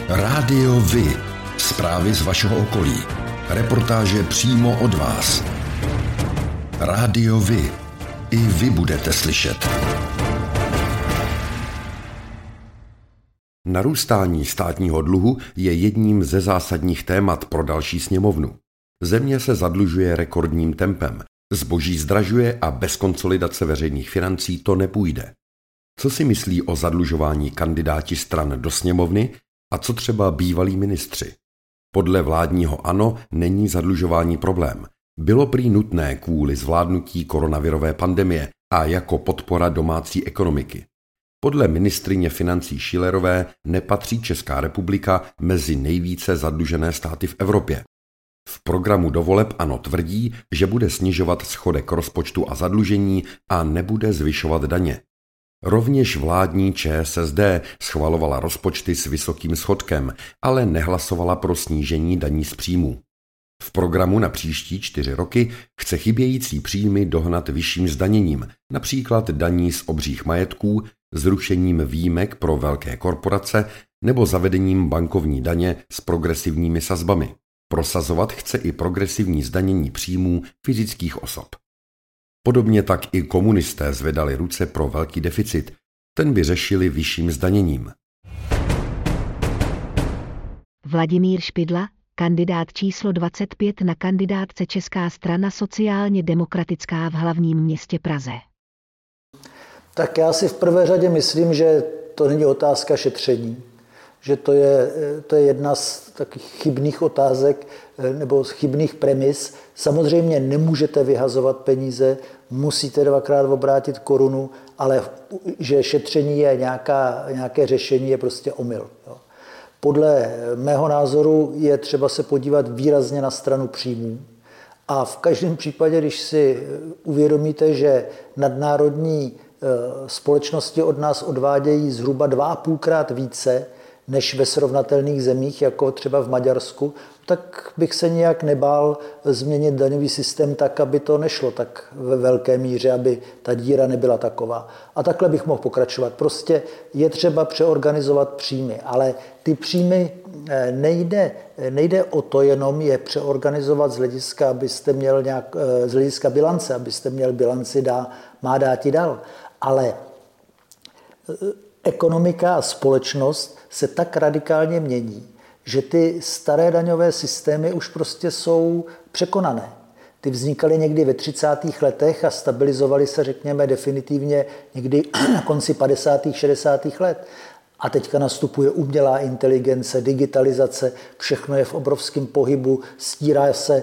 Rádio Vy. Zprávy z vašeho okolí. Reportáže přímo od vás. Rádio Vy. I vy budete slyšet. Narůstání státního dluhu je jedním ze zásadních témat pro další sněmovnu. Země se zadlužuje rekordním tempem, zboží zdražuje a bez konsolidace veřejných financí to nepůjde. Co si myslí o zadlužování kandidáti stran do sněmovny a co třeba bývalí ministři? Podle vládního ANO není zadlužování problém. Bylo prý nutné kvůli zvládnutí koronavirové pandemie a jako podpora domácí ekonomiky. Podle ministryně financí Schillerové nepatří Česká republika mezi nejvíce zadlužené státy v Evropě. V programu do voleb ANO tvrdí, že bude snižovat schodek rozpočtu a zadlužení a nebude zvyšovat daně. Rovněž vládní ČSSD schvalovala rozpočty s vysokým schodkem, ale nehlasovala pro snížení daní z příjmů. V programu na příští 4 roky chce chybějící příjmy dohnat vyšším zdaněním, například daní z obřích majetků, zrušením výjimek pro velké korporace nebo zavedením bankovní daně s progresivními sazbami. Prosazovat chce i progresivní zdanění příjmů fyzických osob. Podobně tak i komunisté zvedali ruce pro velký deficit, ten by řešili vyšším zdaněním. Vladimír Špidla, kandidát číslo 25 na kandidátce Česká strana sociálně demokratická v hlavním městě Praze. Tak já si v prvé řadě myslím, že to není otázka šetření, že to je jedna z takových chybných otázek nebo chybných premis. Samozřejmě nemůžete vyhazovat peníze, musíte 2krát obrátit korunu, ale že šetření je nějaké řešení, je prostě omyl. Jo. Podle mého názoru je třeba se podívat výrazně na stranu příjmů. A v každém případě, když si uvědomíte, že nadnárodní společnosti od nás odvádějí zhruba 2,5krát více než ve srovnatelných zemích, jako třeba v Maďarsku, tak bych se nijak nebál změnit daňový systém tak, aby to nešlo tak ve velké míře, aby ta díra nebyla taková. A takhle bych mohl pokračovat. Prostě je třeba přeorganizovat příjmy, ale ty příjmy nejde o to jenom je přeorganizovat z hlediska, abyste měl z hlediska bilance, abyste měl bilanci má dát i dal. Ale ekonomika a společnost se tak radikálně mění, že ty staré daňové systémy už prostě jsou překonané. Ty vznikaly někdy ve 30. letech a stabilizovaly se, řekněme, definitivně někdy na konci 50. 60. let. A teďka nastupuje umělá inteligence, digitalizace, všechno je v obrovském pohybu, stírá se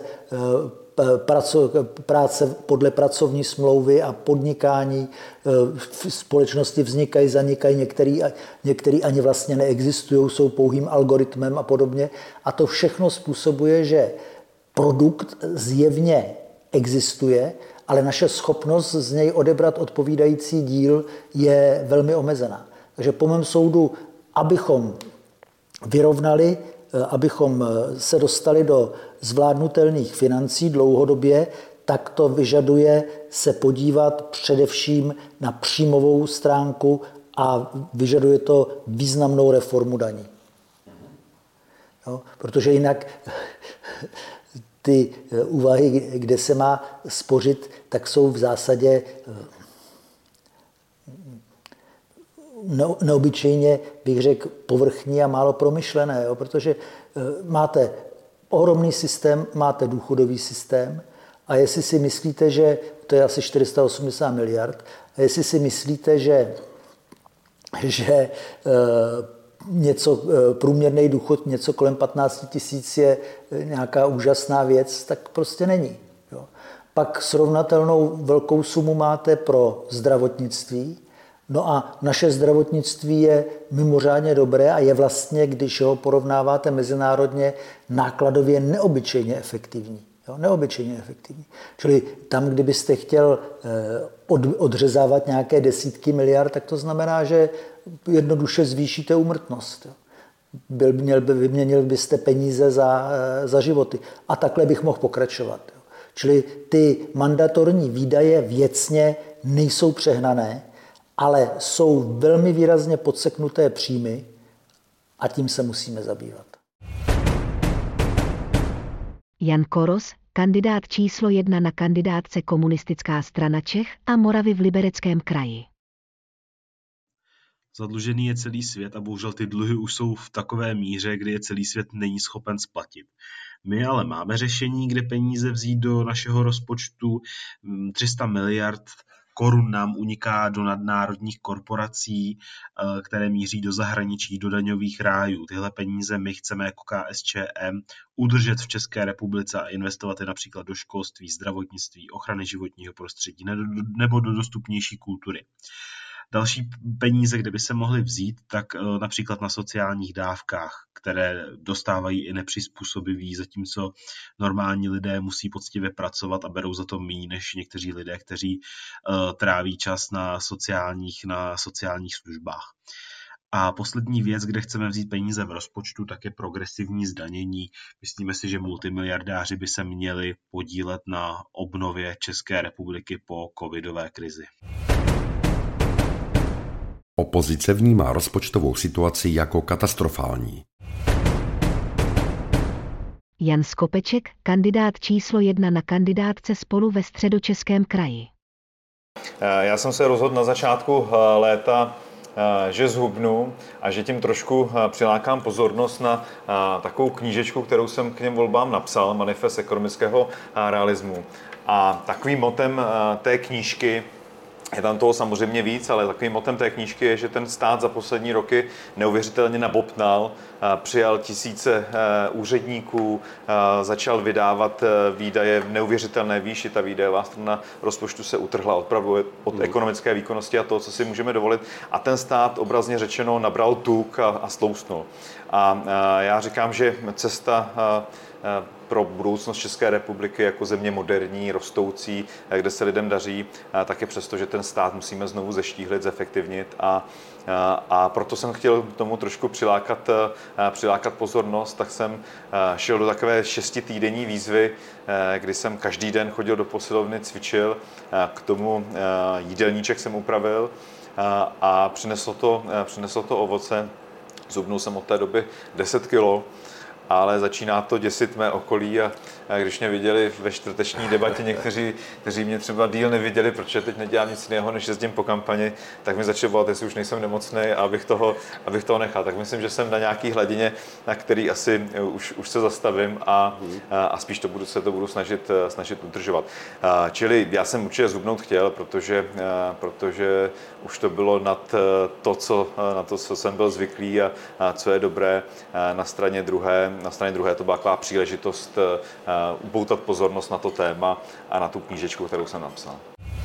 práce podle pracovní smlouvy a podnikání. V společnosti vznikají, zanikají, některý ani vlastně neexistují, jsou pouhým algoritmem a podobně. A to všechno způsobuje, že produkt zjevně existuje, ale naše schopnost z něj odebrat odpovídající díl je velmi omezená. Takže po mém soudu, abychom vyrovnali, abychom se dostali do zvládnutelných financí dlouhodobě, tak to vyžaduje se podívat především na příjmovou stránku a vyžaduje to významnou reformu daní. Jo? Protože jinak ty úvahy, kde se má spořit, tak jsou v zásadě neobyčejně, bych řekl, povrchní a málo promyšlené, jo? Protože máte ohromný systém, máte důchodový systém a jestli si myslíte, že to je asi 480 miliard, a jestli si myslíte, že průměrný důchod něco kolem 15 000 je nějaká úžasná věc, tak prostě není. Jo? Pak srovnatelnou velkou sumu máte pro zdravotnictví. No a naše zdravotnictví je mimořádně dobré a je vlastně, když ho porovnáváte mezinárodně, nákladově neobyčejně efektivní. Jo, neobyčejně efektivní. Čili tam, kdybyste chtěl odřezávat nějaké desítky miliard, tak to znamená, že jednoduše zvýšíte úmrtnost. Jo. Vyměnil byste peníze za životy. A takhle bych mohl pokračovat. Jo. Čili ty mandatorní výdaje věcně nejsou přehnané, ale jsou velmi výrazně podseknuté příjmy A tím se musíme zabývat. Jan Koros, kandidát číslo 1 na kandidátce Komunistická strana Čech a Moravy v Libereckém kraji. Zadlužený je celý svět a bohužel ty dluhy už jsou v takové míře, kdy je celý svět není schopen splatit. My ale máme řešení, kde peníze vzít do našeho rozpočtu. 300 miliard korun nám uniká do nadnárodních korporací, které míří do zahraničí, do daňových rájů. Tyhle peníze my chceme jako KSČM udržet v České republice a investovat je například do školství, zdravotnictví, ochrany životního prostředí nebo do dostupnější kultury. Další peníze, kde by se mohly vzít, tak například na sociálních dávkách, které dostávají i nepřizpůsobiví, zatímco normální lidé musí poctivě pracovat a berou za to méně než někteří lidé, kteří tráví čas na sociálních službách. A poslední věc, kde chceme vzít peníze v rozpočtu, tak je progresivní zdanění. Myslíme si, že multimiliardáři by se měli podílet na obnově České republiky po covidové krizi. Opozice vnímá rozpočtovou situaci jako katastrofální. Jan Skopeček, kandidát číslo 1 na kandidátce Spolu ve Středočeském kraji. Já jsem se rozhodl na začátku léta, že zhubnu a že tím trošku přilákám pozornost na takovou knížečku, kterou jsem k něm volbám napsal, Manifest ekonomického realismu. A takovým motem té knížky, je tam toho samozřejmě víc, ale takovým motem té knížky je, že ten stát za poslední roky neuvěřitelně nabobtnal, přijal tisíce úředníků, začal vydávat výdaje v neuvěřitelné výši. Ta výdajová strana rozpočtu se utrhla od ekonomické výkonnosti a toho, co si můžeme dovolit. A ten stát obrazně řečeno nabral tuk a stloustnul. A já říkám, že cesta pro budoucnost České republiky jako země moderní, rostoucí, kde se lidem daří, tak je přesto, že ten stát musíme znovu zeštíhlit, zefektivnit a proto jsem chtěl tomu trošku přilákat pozornost, tak jsem šel do takové 6týdenní výzvy, kdy jsem každý den chodil do posilovny, cvičil, k tomu jídelníček jsem upravil a přineslo to ovoce. Zhubnul jsem od té doby 10 kilo, ale začíná to děsit mé okolí a když mě viděli ve čtvrteční debatě někteří, kteří mě třeba díl neviděli, protože teď nedělám nic jiného, než jezdím po kampani, tak mi začali volat, jestli už nejsem nemocný a abych toho nechal. Tak myslím, že jsem na nějaký hladině, na který asi už se zastavím a spíš se to budu snažit udržovat. Čili já jsem určitě zhubnout chtěl, protože už to bylo nad to, co jsem byl zvyklý a co je dobré. Na straně druhé to byla taková příležitost upoutat pozornost na to téma a na tu knížečku, kterou jsem napsal.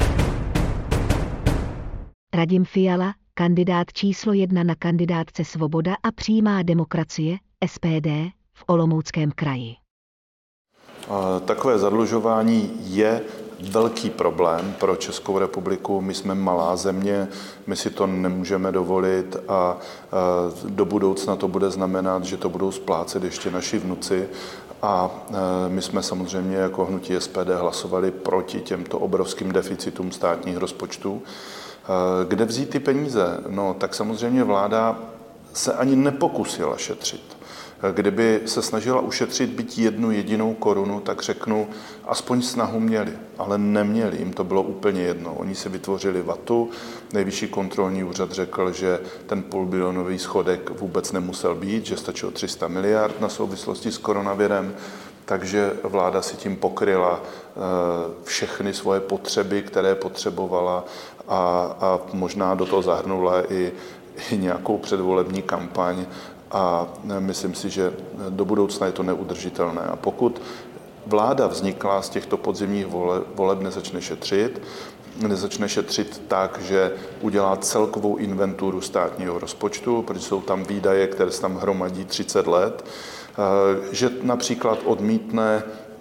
Radim Fiala, kandidát číslo 1 na kandidátce Svoboda a přímá demokracie, SPD, v Olomouckém kraji. Takové zadlužování je velký problém pro Českou republiku. My jsme malá země, my si to nemůžeme dovolit a do budoucna to bude znamenat, že to budou splácet ještě naši vnuci. A my jsme samozřejmě jako hnutí SPD hlasovali proti těmto obrovským deficitům státních rozpočtů. Kde vzít ty peníze? No, tak samozřejmě vláda se ani nepokusila šetřit. Kdyby se snažila ušetřit byť 1 jedinou korunu, tak řeknu, aspoň snahu měli, ale neměli, jim to bylo úplně jedno. Oni si vytvořili vatu, Nejvyšší kontrolní úřad řekl, že ten půlbilionový schodek vůbec nemusel být, že stačilo 300 miliard na souvislosti s koronavirem, takže vláda si tím pokryla všechny svoje potřeby, které potřebovala a možná do toho zahrnula i nějakou předvolební kampaň. A myslím si, že do budoucna je to neudržitelné. A pokud vláda vznikla z těchto podzimních voleb, nezačne šetřit tak, že udělá celkovou inventuru státního rozpočtu, protože jsou tam výdaje, které se tam hromadí 30 let, že například odmítne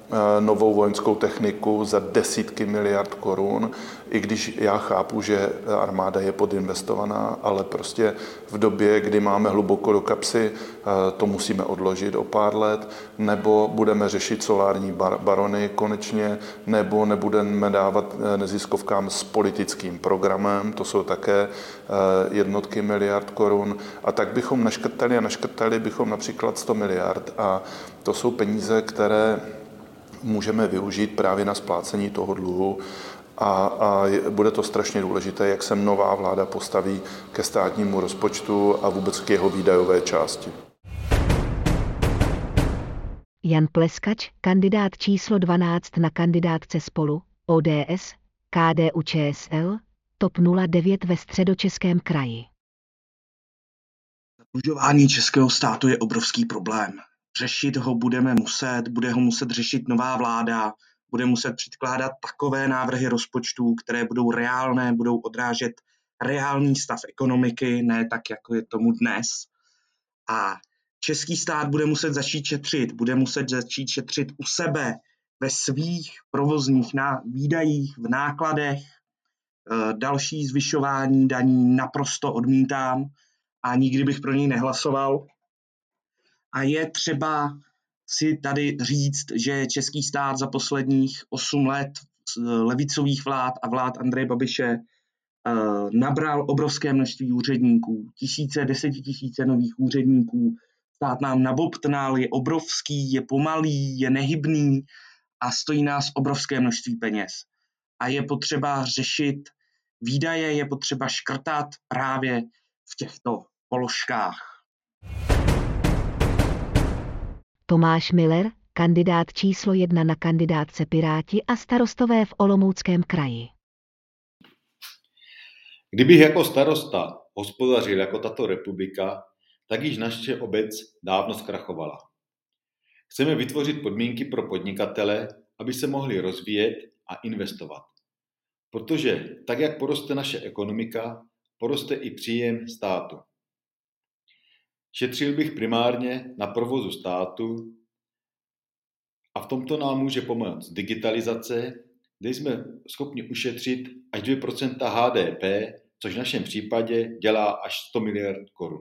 novou vojenskou techniku za desítky miliard korun, i když já chápu, že armáda je podinvestovaná, ale prostě v době, kdy máme hluboko do kapsy, to musíme odložit o pár let, nebo budeme řešit solární barony konečně, nebo nebudeme dávat neziskovkám s politickým programem, to jsou také jednotky miliard korun, a tak bychom naškrtali bychom například 100 miliard a to jsou peníze, které můžeme využít právě na splácení toho dluhu a bude to strašně důležité, jak se nová vláda postaví ke státnímu rozpočtu a vůbec k jeho výdajové části. Jan Pleskač, kandidát číslo 12 na kandidátce Spolu, ODS, KDU-ČSL, TOP 09 ve Středočeském kraji. Zadlužování českého státu je obrovský problém. Řešit ho bude ho muset řešit nová vláda, bude muset předkládat takové návrhy rozpočtů, které budou reálné, budou odrážet reálný stav ekonomiky, ne tak, jako je tomu dnes. A český stát bude muset začít šetřit u sebe, ve svých provozních výdajích, v nákladech. Další zvyšování daní naprosto odmítám a nikdy bych pro něj nehlasoval. A je třeba si tady říct, že český stát za posledních 8 let levicových vlád a vlád Andreje Babiše nabral obrovské množství úředníků, desetitisíce nových úředníků. Stát nám nabobtnal, je obrovský, je pomalý, je nehybný a stojí nás obrovské množství peněz. A je potřeba řešit výdaje, je potřeba škrtat právě v těchto položkách. Tomáš Miller, kandidát číslo 1 na kandidátce Piráti a Starostové v Olomouckém kraji. Kdybych jako starosta hospodařil jako tato republika, tak již naše obec dávno zkrachovala. Chceme vytvořit podmínky pro podnikatele, aby se mohli rozvíjet a investovat. Protože tak, jak poroste naše ekonomika, poroste i příjem státu. Šetřil bych primárně na provozu státu a v tomto nám může pomoct digitalizace, kde jsme schopni ušetřit až 2% HDP, což v našem případě dělá až 100 miliard korun.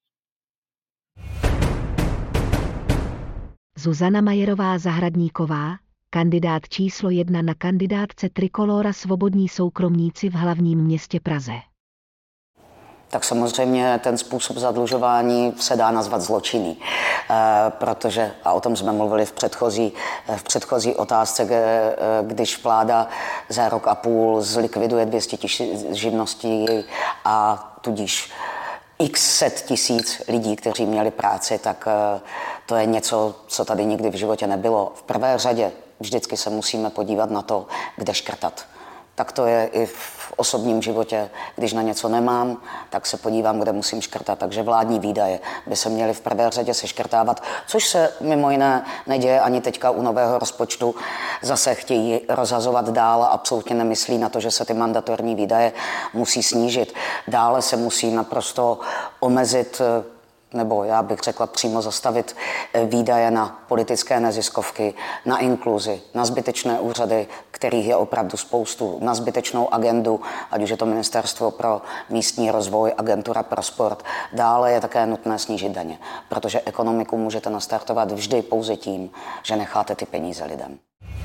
Zuzana Majerová Zahradníková, kandidát číslo 1 na kandidátce Trikolóra Svobodní soukromníci v hlavním městě Praze. Tak samozřejmě ten způsob zadlužování se dá nazvat zločinný, protože, a o tom jsme mluvili v předchozí otázce, když vláda za rok a půl zlikviduje 200 000 živností a tudíž x set tisíc lidí, kteří měli práci, tak to je něco, co tady nikdy v životě nebylo. V prvé řadě vždycky se musíme podívat na to, kde škrtat. Tak to je i v osobním životě. Když na něco nemám, tak se podívám, kde musím škrtat. Takže vládní výdaje by se měly v prvé řadě seškrtávat, což se mimo jiné neděje ani teďka u nového rozpočtu. Zase chtějí rozhazovat dál a absolutně nemyslí na to, že se ty mandatorní výdaje musí snížit. Dále se musí naprosto omezit, nebo já bych řekla přímo zastavit výdaje na politické neziskovky, na inkluzi, na zbytečné úřady, kterých je opravdu spoustu, na zbytečnou agendu, ať už je to Ministerstvo pro místní rozvoj, Agentura pro sport. Dále je také nutné snížit daně, protože ekonomiku můžete nastartovat vždy pouze tím, že necháte ty peníze lidem.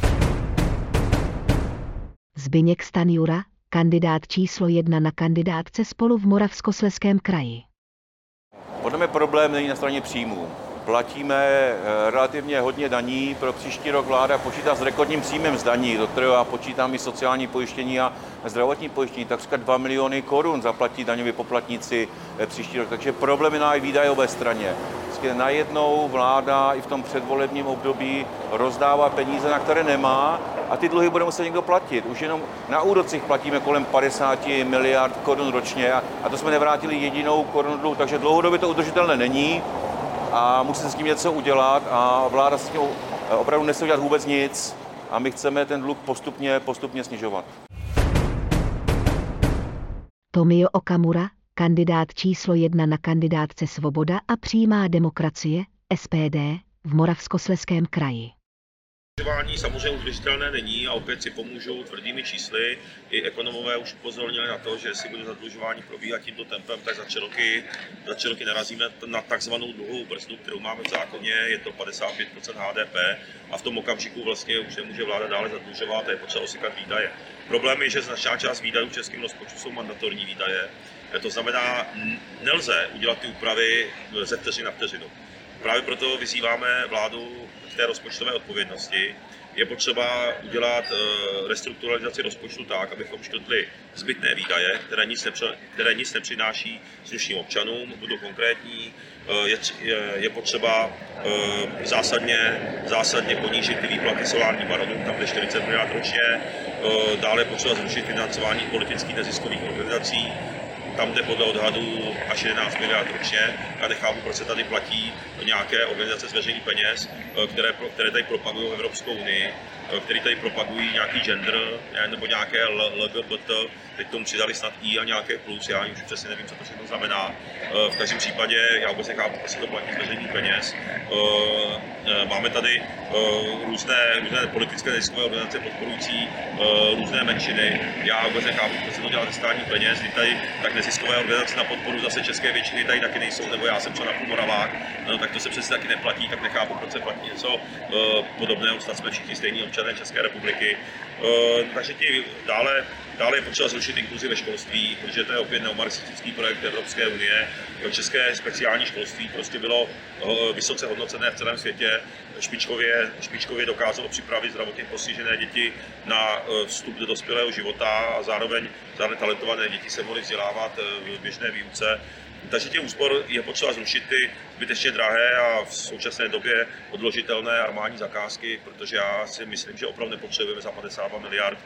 Zbyněk Stanjura, kandidát číslo 1 na kandidátce Spolu v Moravskoslezském kraji. Podle mě problém není na straně příjmů. Platíme relativně hodně daní, pro příští rok vláda počítá s rekordním příjmem z daní, do kterého já počítám i sociální pojištění a zdravotní pojištění, takřka 2 miliony korun zaplatí daňoví poplatníci příští rok. Takže problém je na výdajové straně. Najednou vláda i v tom předvolebním období rozdává peníze, na které nemá, a ty dluhy bude muset někdo platit. Už jenom na úrocích platíme kolem 50 miliard korun ročně a to jsme nevrátili jedinou korunu dluhu, takže dlouhodobě to udržitelné není a musí se s tím něco udělat a vláda s tím opravdu nechce udělat vůbec nic a my chceme ten dluh postupně snižovat. Tomio Okamura, kandidát číslo 1 na kandidátce Svoboda a přímá demokracie, SPD, v Moravskoslezském kraji. Zadlužování samozřejmě udržitelné není a opět si pomůžou tvrdými čísly. I ekonomové už upozornili na to, že jestli bude zadlužování probíhat tímto tempem, tak za 3 roky narazíme na takzvanou dluhovou brzdu, kterou máme v zákoně, je to 55% HDP a v tom okamžiku vlastně už nemůže vláda dále zadlužovat a je potřeba osekat výdaje. Problém je, že značná část výdajů v českém rozpočtu jsou mandatorní výdaje, to znamená, nelze udělat ty úpravy ze vteřiny na vteřinu. Právě proto vyzýváme vládu k té rozpočtové odpovědnosti. Je potřeba udělat restrukturalizaci rozpočtu tak, abychom škrtli zbytné výdaje, které nic nepřináší slušným občanům. Budu konkrétní, je potřeba zásadně ponížit ty výplaty solárním baronům, tam jde 40 miliard ročně. Dále je potřeba zrušit financování politických neziskových organizací, tam jde podle odhadů až 11 miliard ročně. Já nechápu, proč se tady platí nějaké organizace z veřejných peněz, které tady propagují Evropskou unii, které tady propagují nějaký gender nebo nějaké LGBT, teď tomu přidali snad I a nějaké plus, já už přesně nevím, co to všechno znamená. V každém případě já vůbec nechápu, proč se to platí z veřejných peněz. Máme tady různé politické neziskové organizace podporující různé menšiny. Já vůbec nechápu, proč se to dělá ze státních peněz, kdy tady tak neziskové organizace na podporu zase české většiny tady taky nejsou, nebo já jsem třeba na Moravák, no, tak to se přesně taky neplatí, tak nechápu, proč se platí něco podobného, snad jsme všichni stejní občané České republiky. Takže dále je potřeba zrušit inkluzi ve školství, protože to je opět neomarxistický projekt Evropské unie. České speciální školství prostě bylo vysoce hodnocené v celém světě. Špičkově dokázalo připravit zdravotně postižené děti na vstup do dospělého života a zároveň talentované děti se mohly vzdělávat v běžné výuce. Takže těch úspor je potřeba zrušit ty zbytečně drahé a v současné době odložitelné armádní zakázky, protože já si myslím, že opravdu nepotřebujeme za 52 miliard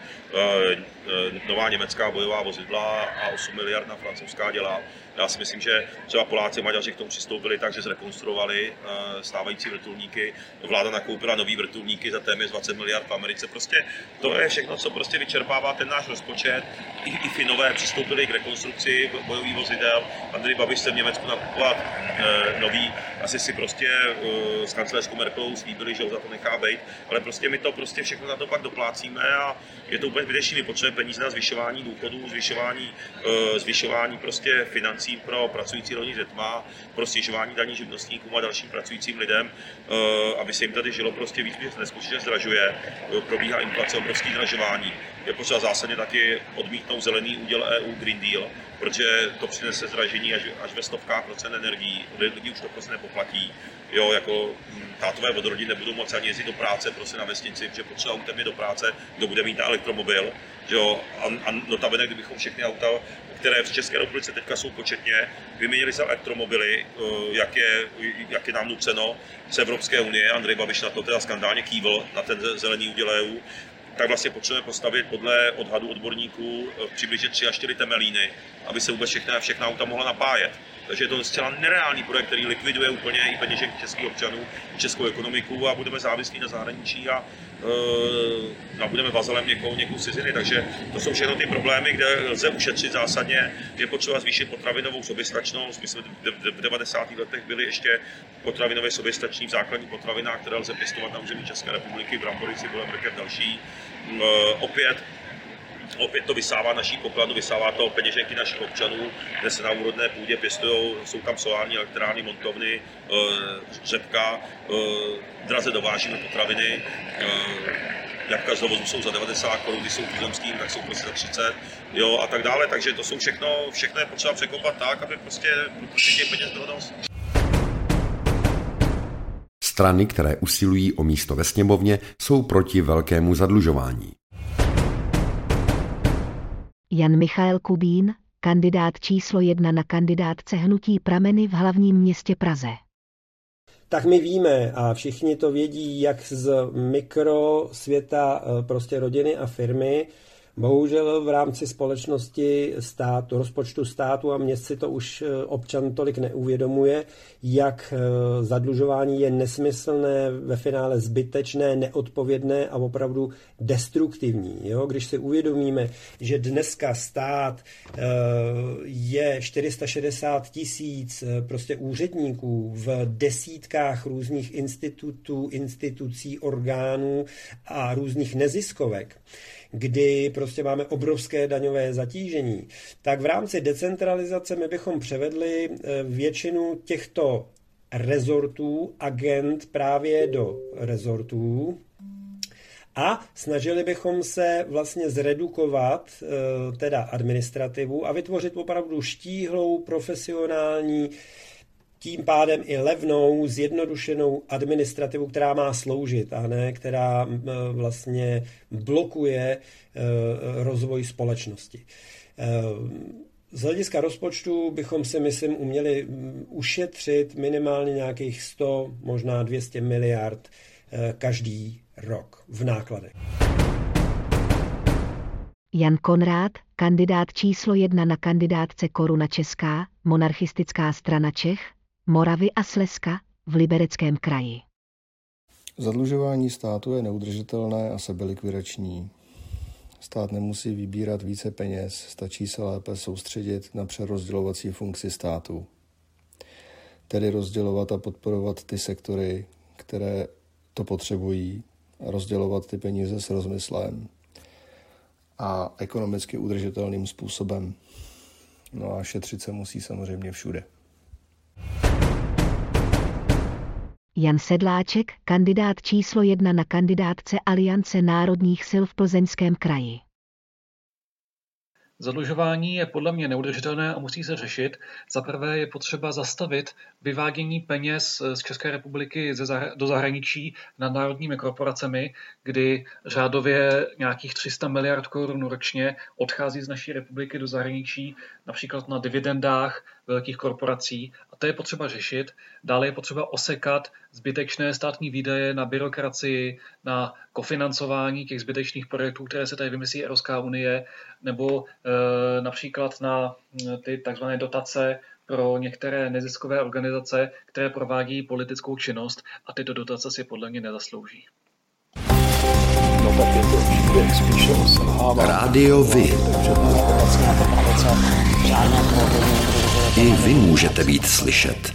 nová německá bojová vozidla a 8 miliard na francouzská děla. Já si myslím, že třeba Poláci, Maďaři k tomu přistoupili tak, že zrekonstruovali stávající vrtulníky. Vláda nakoupila nový vrtulníky za téměř 20 miliard v Americe. Prostě to je všechno, co prostě vyčerpává ten náš rozpočet. I Finové přistoupili k rekonstrukci bojových vozidel. Andrej Babiš se v Německu nakupovat nový, asi si prostě s kancléřkou Merkelovou slíbili, že ho za to nechá bejt, ale prostě my to prostě všechno na to pak doplácíme a je to úplně zbytečný. My potřebujeme peníze na zvyšování důchodů, zvyšování prostě financí pro pracující rodiny s dětma, pro snižování daní živnostníkům a dalším pracujícím lidem, aby se jim tady žilo prostě víc, protože se neskutečně zdražuje, probíhá inflace, obrovské zdražování. Je potřeba zásadně taky odmítnout zelený úděl EU Green Deal, protože to přinese zdražení až ve stovkách procent energií. Lidi už to prostě nepoplatí. Jo, jako tátové od rodin nebudou moci ani jezdit do práce prostě na vesnici, protože potřeba autem je do práce, kdo bude mít na elektromobil. Jo, a notabene, kdybychom všechny auta, které v České republice teďka jsou početně, vyměnili za elektromobily, jak je nám nuceno z Evropské unie, Andrej Babiš na to teda skandálně kývl, na ten zelený úděl EU, tak vlastně potřebujeme postavit podle odhadu odborníků přibližně 3 až 4 temelíny, aby se vůbec všechna auta mohla napájet. Takže je to zcela nereálný projekt, který likviduje úplně i peněženky českých občanů, českou ekonomiku a budeme závislí na zahraničí a budeme vazalem někoho ciziny. Takže to jsou všechno ty problémy, kde lze ušetřit zásadně. Je potřeba zvýšit potravinovou soběstačnost. My jsme v 90. letech byli ještě potravinově soběstační v základních potravinách, které lze pěstovat na území České republiky, brambory, cibule, mrkev, další. Opět to vysává naší pokladu, vysává to peněženky našich občanů, kde se na úrodné půdě pěstují, jsou tam solární elektrárny, montovny, řepka, draze dovážíme potraviny, jabka z dovozu jsou za 90 korun, když jsou tuzemským, tak jsou prostě za 30, jo, a tak dále, takže to jsou všechno je potřeba překopat tak, aby prostě těch peněz bylo dost. Strany, které usilují o místo ve sněmovně, jsou proti velkému zadlužování. Jan Michael Kubín, kandidát číslo 1 na kandidátce hnutí Prameny v hlavním městě Praze. Tak my víme a všichni to vědí, jak z mikrosvěta prostě rodiny a firmy Bohužel v rámci společnosti státu, rozpočtu státu a měst si to už občan tolik neuvědomuje, jak zadlužování je nesmyslné, ve finále zbytečné, neodpovědné a opravdu destruktivní. Jo? Když si uvědomíme, že dneska stát je 460 000 prostě úředníků v desítkách různých institutů, institucí, orgánů a různých neziskovek, kdy prostě máme obrovské daňové zatížení, tak v rámci decentralizace my bychom převedli většinu těchto rezortů, agent právě do rezortů a snažili bychom se vlastně zredukovat teda administrativu a vytvořit opravdu štíhlou, profesionální, tím pádem i levnou, zjednodušenou administrativu, která má sloužit a ne která vlastně blokuje rozvoj společnosti. Z hlediska rozpočtu bychom si, myslím, uměli ušetřit minimálně nějakých 100, možná 200 miliard každý rok v nákladech. Jan Konrád, kandidát číslo 1 na kandidátce Koruna Česká, monarchistická strana Čech, Moravy a Slezska v Libereckém kraji. Zadlužování státu je neudržitelné a sebelikvidační. Stát nemusí vybírat více peněz, stačí se lépe soustředit na přerozdělovací funkci státu. Tedy rozdělovat a podporovat ty sektory, které to potřebují, a rozdělovat ty peníze s rozmyslem a ekonomicky udržitelným způsobem. No a šetřit se musí samozřejmě všude. Jan Sedláček, kandidát číslo 1 na kandidátce Aliance národních sil v Plzeňském kraji. Zadlužování je podle mě neudržitelné a musí se řešit. Za prvé je potřeba zastavit vyvádění peněz z České republiky do zahraničí nadnárodními korporacemi, kdy řádově nějakých 300 miliard korun ročně odchází z naší republiky do zahraničí, například na dividendách velkých korporací. A to je potřeba řešit. Dále je potřeba osekat zbytečné státní výdaje na byrokracii, na kofinancování těch zbytečných projektů, které se tady vymyslí Evropská unie, nebo například na ty takzvané dotace pro některé neziskové organizace, které provádí politickou činnost a tyto dotace si podle mě nezaslouží. Rádio Vy. I vy můžete být slyšet.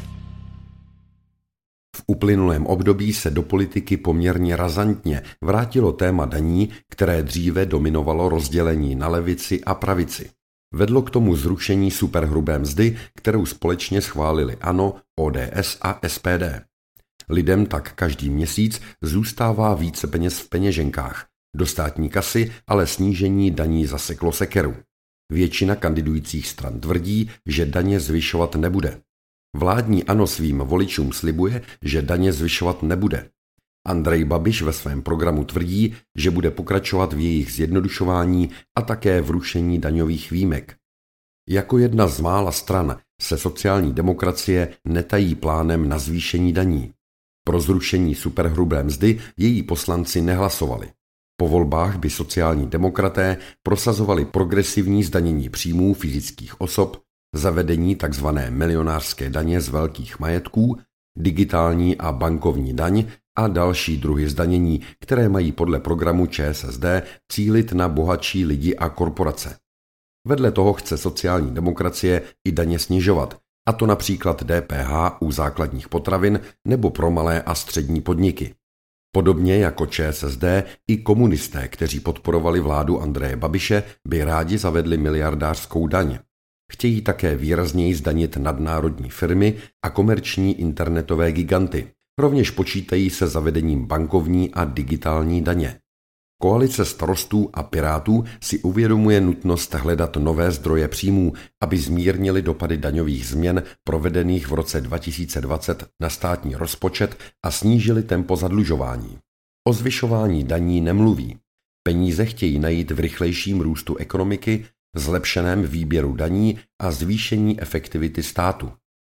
V uplynulém období se do politiky poměrně razantně vrátilo téma daní, které dříve dominovalo rozdělení na levici a pravici. Vedlo k tomu zrušení superhrubé mzdy, kterou společně schválili ANO, ODS a SPD. Lidem tak každý měsíc zůstává více peněz v peněženkách. Do státní kasy ale snížení daní zaseklo sekeru. Většina kandidujících stran tvrdí, že daně zvyšovat nebude. Vládní ANO svým voličům slibuje, že daně zvyšovat nebude. Andrej Babiš ve svém programu tvrdí, že bude pokračovat v jejich zjednodušování a také v rušení daňových výjimek. Jako jedna z mála stran se sociální demokracie netají plánem na zvýšení daní. Pro zrušení superhrubé mzdy její poslanci nehlasovali. Po volbách by sociální demokraté prosazovali progresivní zdanění příjmů fyzických osob, zavedení tzv. Milionářské daně z velkých majetků, digitální a bankovní daň a další druhy zdanění, které mají podle programu ČSSD cílit na bohatší lidi a korporace. Vedle toho chce sociální demokracie i daně snižovat, a to například DPH u základních potravin nebo pro malé a střední podniky. Podobně jako ČSSD, i komunisté, kteří podporovali vládu Andreje Babiše, by rádi zavedli miliardářskou daň. Chtějí také výrazněji zdanit nadnárodní firmy a komerční internetové giganty. Rovněž počítají se zavedením bankovní a digitální daně. Koalice Starostů a Pirátů si uvědomuje nutnost hledat nové zdroje příjmů, aby zmírnili dopady daňových změn provedených v roce 2020 na státní rozpočet a snížili tempo zadlužování. O zvyšování daní nemluví. Peníze chtějí najít v rychlejším růstu ekonomiky, zlepšeném výběru daní a zvýšení efektivity státu.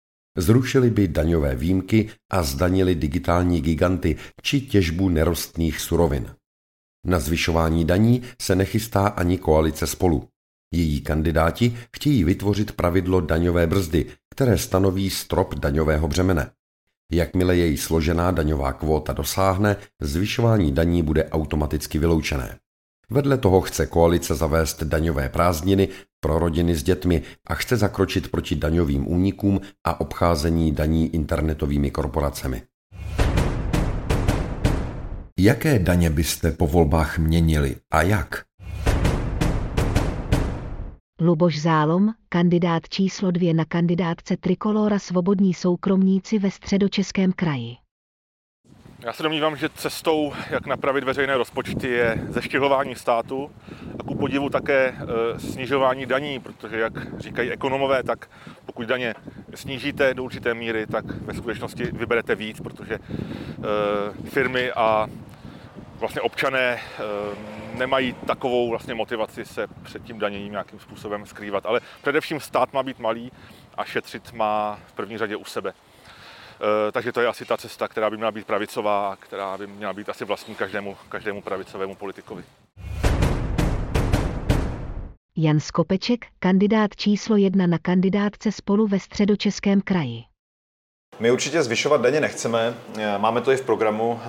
Zrušili by daňové výjimky a zdanili digitální giganty či těžbu nerostných surovin. Na zvyšování daní se nechystá ani koalice Spolu. Její kandidáti chtějí vytvořit pravidlo daňové brzdy, které stanoví strop daňového břemene. Jakmile její složená daňová kvóta dosáhne, zvyšování daní bude automaticky vyloučené. Vedle toho chce koalice zavést daňové prázdniny pro rodiny s dětmi a chce zakročit proti daňovým únikům a obcházení daní internetovými korporacemi. Jaké daně byste po volbách měnili a jak? Luboš Zálom, kandidát číslo 2 na kandidátce Trikolóra Svobodní soukromníci ve Středočeském kraji. Já se domnívám, že cestou, jak napravit veřejné rozpočty, je zeštihování státu a ku podivu také snižování daní, protože, jak říkají ekonomové, tak pokud daně snížíte do určité míry, tak ve skutečnosti vyberete víc, protože firmy a vlastně občané nemají takovou vlastně motivaci se před tím daněním nějakým způsobem skrývat. Ale především stát má být malý a šetřit má v první řadě u sebe. Takže to je asi ta cesta, která by měla být pravicová, která by měla být asi vlastní každému pravicovému politikovi. Jan Skopeček, kandidát číslo 1 na kandidátce Spolu ve Středočeském kraji. My určitě zvyšovat daně nechceme, máme to i v programu,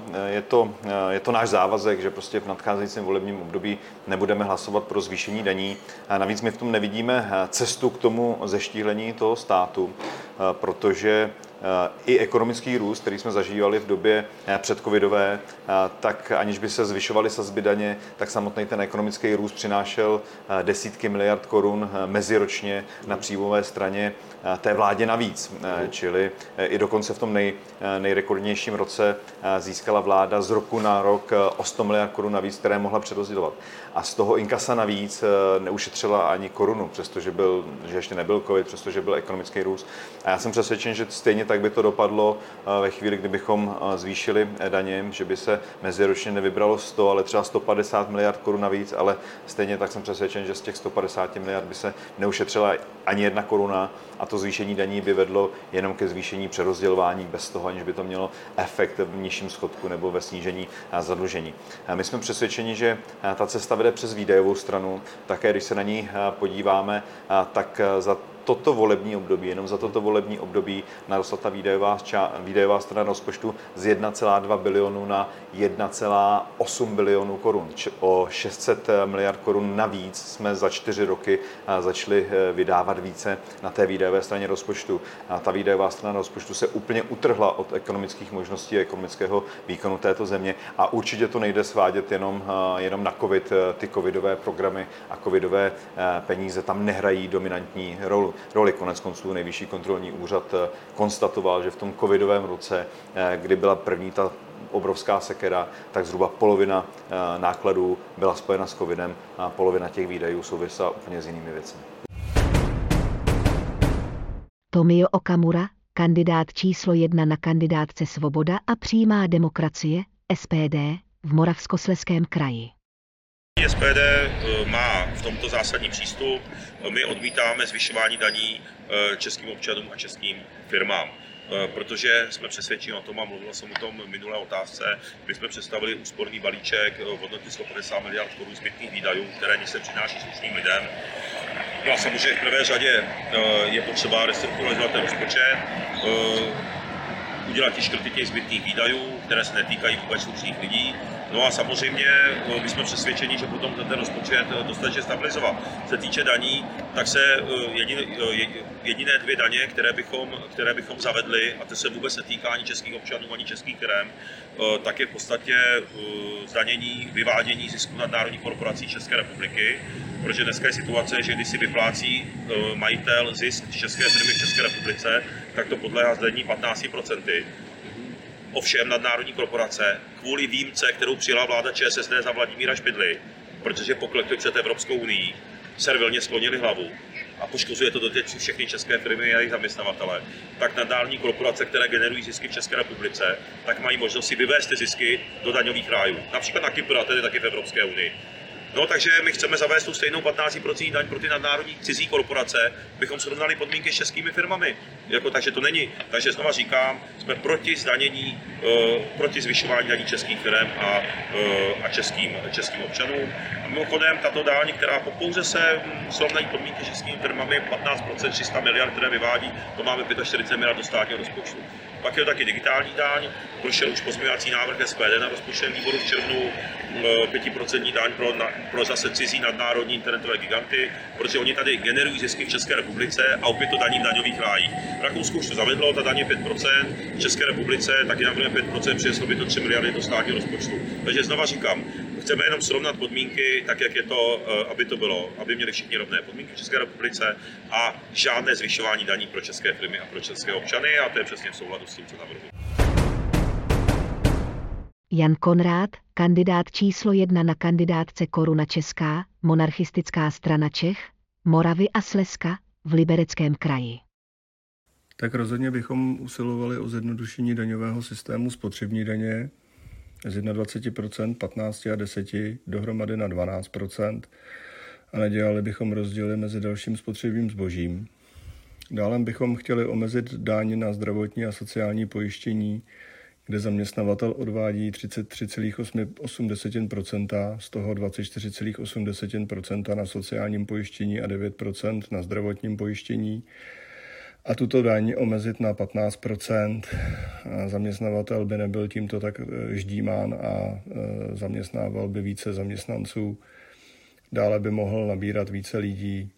je to náš závazek, že prostě v nadcházejícím volebním období nebudeme hlasovat pro zvýšení daní. Navíc my v tom nevidíme cestu k tomu zeštíhlení toho státu, protože i ekonomický růst, který jsme zažívali v době předcovidové, tak aniž by se zvyšovaly sazby daně, tak samotný ten ekonomický růst přinášel desítky miliard korun meziročně na příjmové straně té vládě navíc. Čili i dokonce v tom nejrekordnějším roce získala vláda z roku na rok o 100 miliard korun navíc, které mohla přerozdělovat. A z toho inkasa navíc neušetřila ani korunu, přestože ještě nebyl covid, přestože byl ekonomický růst. A já jsem přesvědčen, že stejně tak by to dopadlo ve chvíli, kdybychom zvýšili daně, že by se meziročně nevybralo 100, ale třeba 150 miliard korun navíc, ale stejně tak jsem přesvědčen, že z těch 150 miliard by se neušetřila ani 1 koruna a to zvýšení daní by vedlo jenom ke zvýšení přerozdělování bez toho, aniž by to mělo efekt v nižším schodku nebo ve snížení zadlužení. My jsme přesvědčeni, že ta cesta vede přes výdajovou stranu, také když se na ní podíváme, tak za toto volební období, jenom za toto volební období narostla ta výdajová strana rozpočtu z 1,2 bilionu na 1,8 bilionu korun. O 600 miliard korun navíc jsme za 4 roky začali vydávat více na té výdajové straně rozpočtu. Ta výdajová strana rozpočtu se úplně utrhla od ekonomických možností a ekonomického výkonu této země a určitě to nejde svádět jenom na covid. Ty covidové programy a covidové peníze tam nehrají dominantní roli. Konec konců Nejvyšší kontrolní úřad konstatoval, že v tom covidovém roce, kdy byla první ta obrovská sekera, tak zhruba polovina nákladů byla spojena s covidem a polovina těch výdajů souvisela úplně s jinými věcmi. Tomio Okamura, kandidát číslo 1 na kandidátce Svoboda a přímá demokracie, SPD, v Moravskoslezském kraji. SPD má v tomto zásadní přístup. My odmítáme zvyšování daní českým občanům a českým firmám, protože jsme přesvědčeni o tom, a mluvil jsem o tom minulé otázce, my jsme představili úsporný balíček v hodnotě 150 miliard korun zbytných výdajů, které se přináší slušným lidem. No a samozřejmě v prvé řadě je potřeba restrukturalizovat ten rozpočet, udělat ty škrty těch zbytných výdajů, které se netýkají vůbec slušných lidí. No a samozřejmě my jsme přesvědčeni, že potom ten rozpočet dostatečně stabilizovat. Co se týče daní, tak se jediné 2 daně, které bychom zavedli, a to se vůbec netýká ani českých občanů, ani českých firem, tak je v podstatě zdanění, vyvádění zisku nadnárodních korporací České republiky, protože dneska je situace, že když si vyplácí majitel zisk z české firmy v České republice, tak to podléhá zdanění 15%. Ovšem nadnárodní korporace kvůli výjimce, kterou přijala vláda ČSSD za Vladimíra Špidly, protože poklekli před Evropskou unií, servilně sklonili hlavu a poškozuje to doteď všechny české firmy a jejich zaměstnavatele, tak nadnárodní korporace, které generují zisky v České republice, tak mají možnost si vyvést ty zisky do daňových rájů. Například na Kypr a tedy taky v Evropské unii. No, takže my chceme zavést tu stejnou 15% daň pro ty nadnárodní cizí korporace, bychom srovnali podmínky s českými firmami. Takže to není. Takže znova říkám, jsme proti zdanění, proti zvyšování daní českých firm a českým občanům. A mimochodem tato daň, která pouze se srovnají podmínky s českými firmami, 15%, 300 miliard, které vyvádí, to máme 45 miliard do státního rozpočtu. Pak je to taky digitální daň, prošel už pozměňovací návrh SPD na rozpočtovém výboru v červnu, 5% daň pro zase cizí nadnárodní internetové giganty, protože oni tady generují zisky v České republice a opět to daní v daňových rájích. V Rakousku už to zavedlo, ta daň je 5%, v České republice taky nám bude 5%, přineslo by to 3 miliardy do státního rozpočtu. Takže znova říkám, chceme jenom srovnat podmínky tak, jak je to, aby měli všichni rovné podmínky v České republice a žádné zvyšování daní pro české firmy a pro české občany, a to je přesně v souladu s tím, co navrhuji. Jan Konrád, kandidát číslo 1 na kandidátce Koruna Česká, monarchistická strana Čech, Moravy a Slezska v Libereckém kraji. Tak rozhodně bychom usilovali o zjednodušení daňového systému spotřební daně z 21%, 15 a 10 dohromady na 12% a nedělali bychom rozdíly mezi dalším spotřebním zbožím. Dále bychom chtěli omezit daň na zdravotní a sociální pojištění, kde zaměstnavatel odvádí 33,8%, z toho 24,8% na sociálním pojištění a 9% na zdravotním pojištění. A tuto daň omezit na 15%. Zaměstnavatel by nebyl tímto tak ždímán a zaměstnával by více zaměstnanců. Dále by mohl nabírat více lidí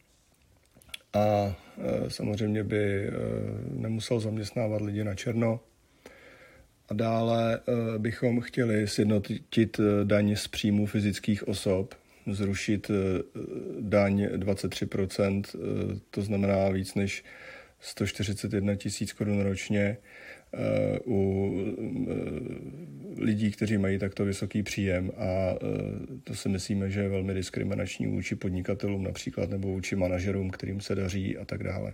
a samozřejmě by nemusel zaměstnávat lidi na černo. A dále bychom chtěli sjednotit daň z příjmu fyzických osob, zrušit daň 23%, to znamená víc než 141 000 korun ročně u lidí, kteří mají takto vysoký příjem, a to si myslíme, že je velmi diskriminační vůči podnikatelům například nebo vůči manažerům, kterým se daří a tak dále.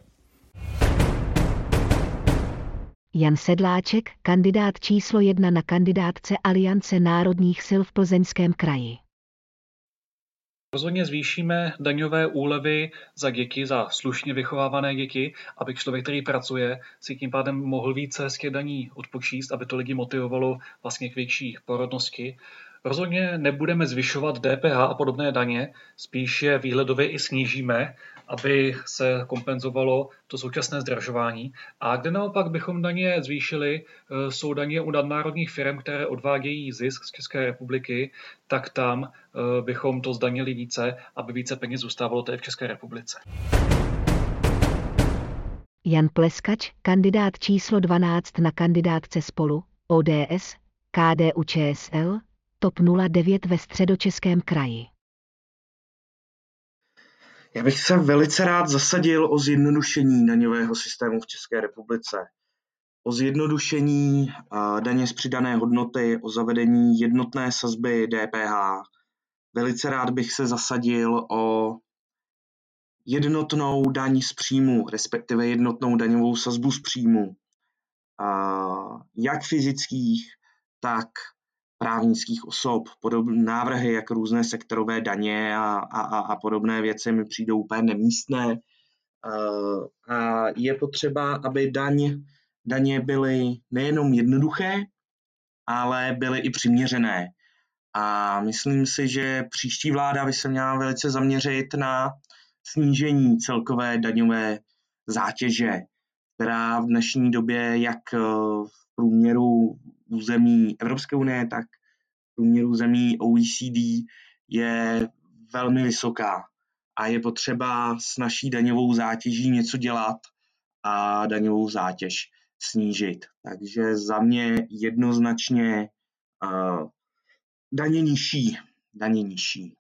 Jan Sedláček, kandidát číslo 1 na kandidátce Aliance národních sil v Plzeňském kraji. Rozhodně zvýšíme daňové úlevy za děti, za slušně vychovávané děti, aby člověk, který pracuje, si tím pádem mohl více z těch daní odpočíst, aby to lidi motivovalo vlastně k větší porodnosti. Rozhodně nebudeme zvyšovat DPH a podobné daně, spíš je výhledově i snížíme, aby se kompenzovalo to současné zdražování. A kde naopak bychom daně zvýšili, jsou daně u nadnárodních firm, které odvádějí zisk z České republiky, tak tam bychom to zdanili více, aby více peněz zůstávalo tady v České republice. Jan Pleskač, kandidát číslo 12 na kandidátce Spolu, ODS, KDU-ČSL, TOP 09 ve Středočeském kraji. Já bych se velice rád zasadil o zjednodušení daňového systému v České republice. O zjednodušení daně z přidané hodnoty, o zavedení jednotné sazby DPH. Velice rád bych se zasadil o jednotnou daň z příjmu, respektive jednotnou daňovou sazbu z příjmu. Jak fyzických, tak právnických osob. Podobné návrhy, jak různé sektorové daně a podobné věci mi přijdou úplně nemístné. A je potřeba, aby daně byly nejenom jednoduché, ale byly i přiměřené. A myslím si, že příští vláda by se měla velice zaměřit na snížení celkové daňové zátěže, která v dnešní době jak v průměru území Evropské unie, tak v průměru zemí OECD je velmi vysoká. A je potřeba s naší daňovou zátěží něco dělat a daňovou zátěž snížit. Takže za mě jednoznačně daně nižší.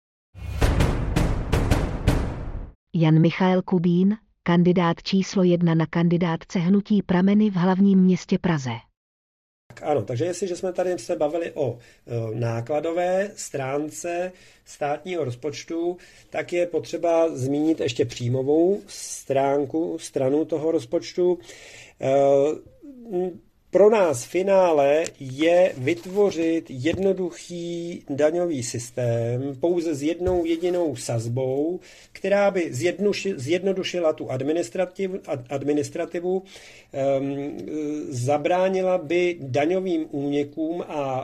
Jan Michael Kubín, kandidát číslo 1 na kandidátce Hnutí Prameny v hlavním městě Praze. Tak ano, takže jestliže jsme tady se bavili o nákladové stránce státního rozpočtu, tak je potřeba zmínit ještě příjmovou stranu toho rozpočtu. Pro nás v finále je vytvořit jednoduchý daňový systém pouze s jednou jedinou sazbou, která by zjednodušila tu administrativu, zabránila by daňovým únikům a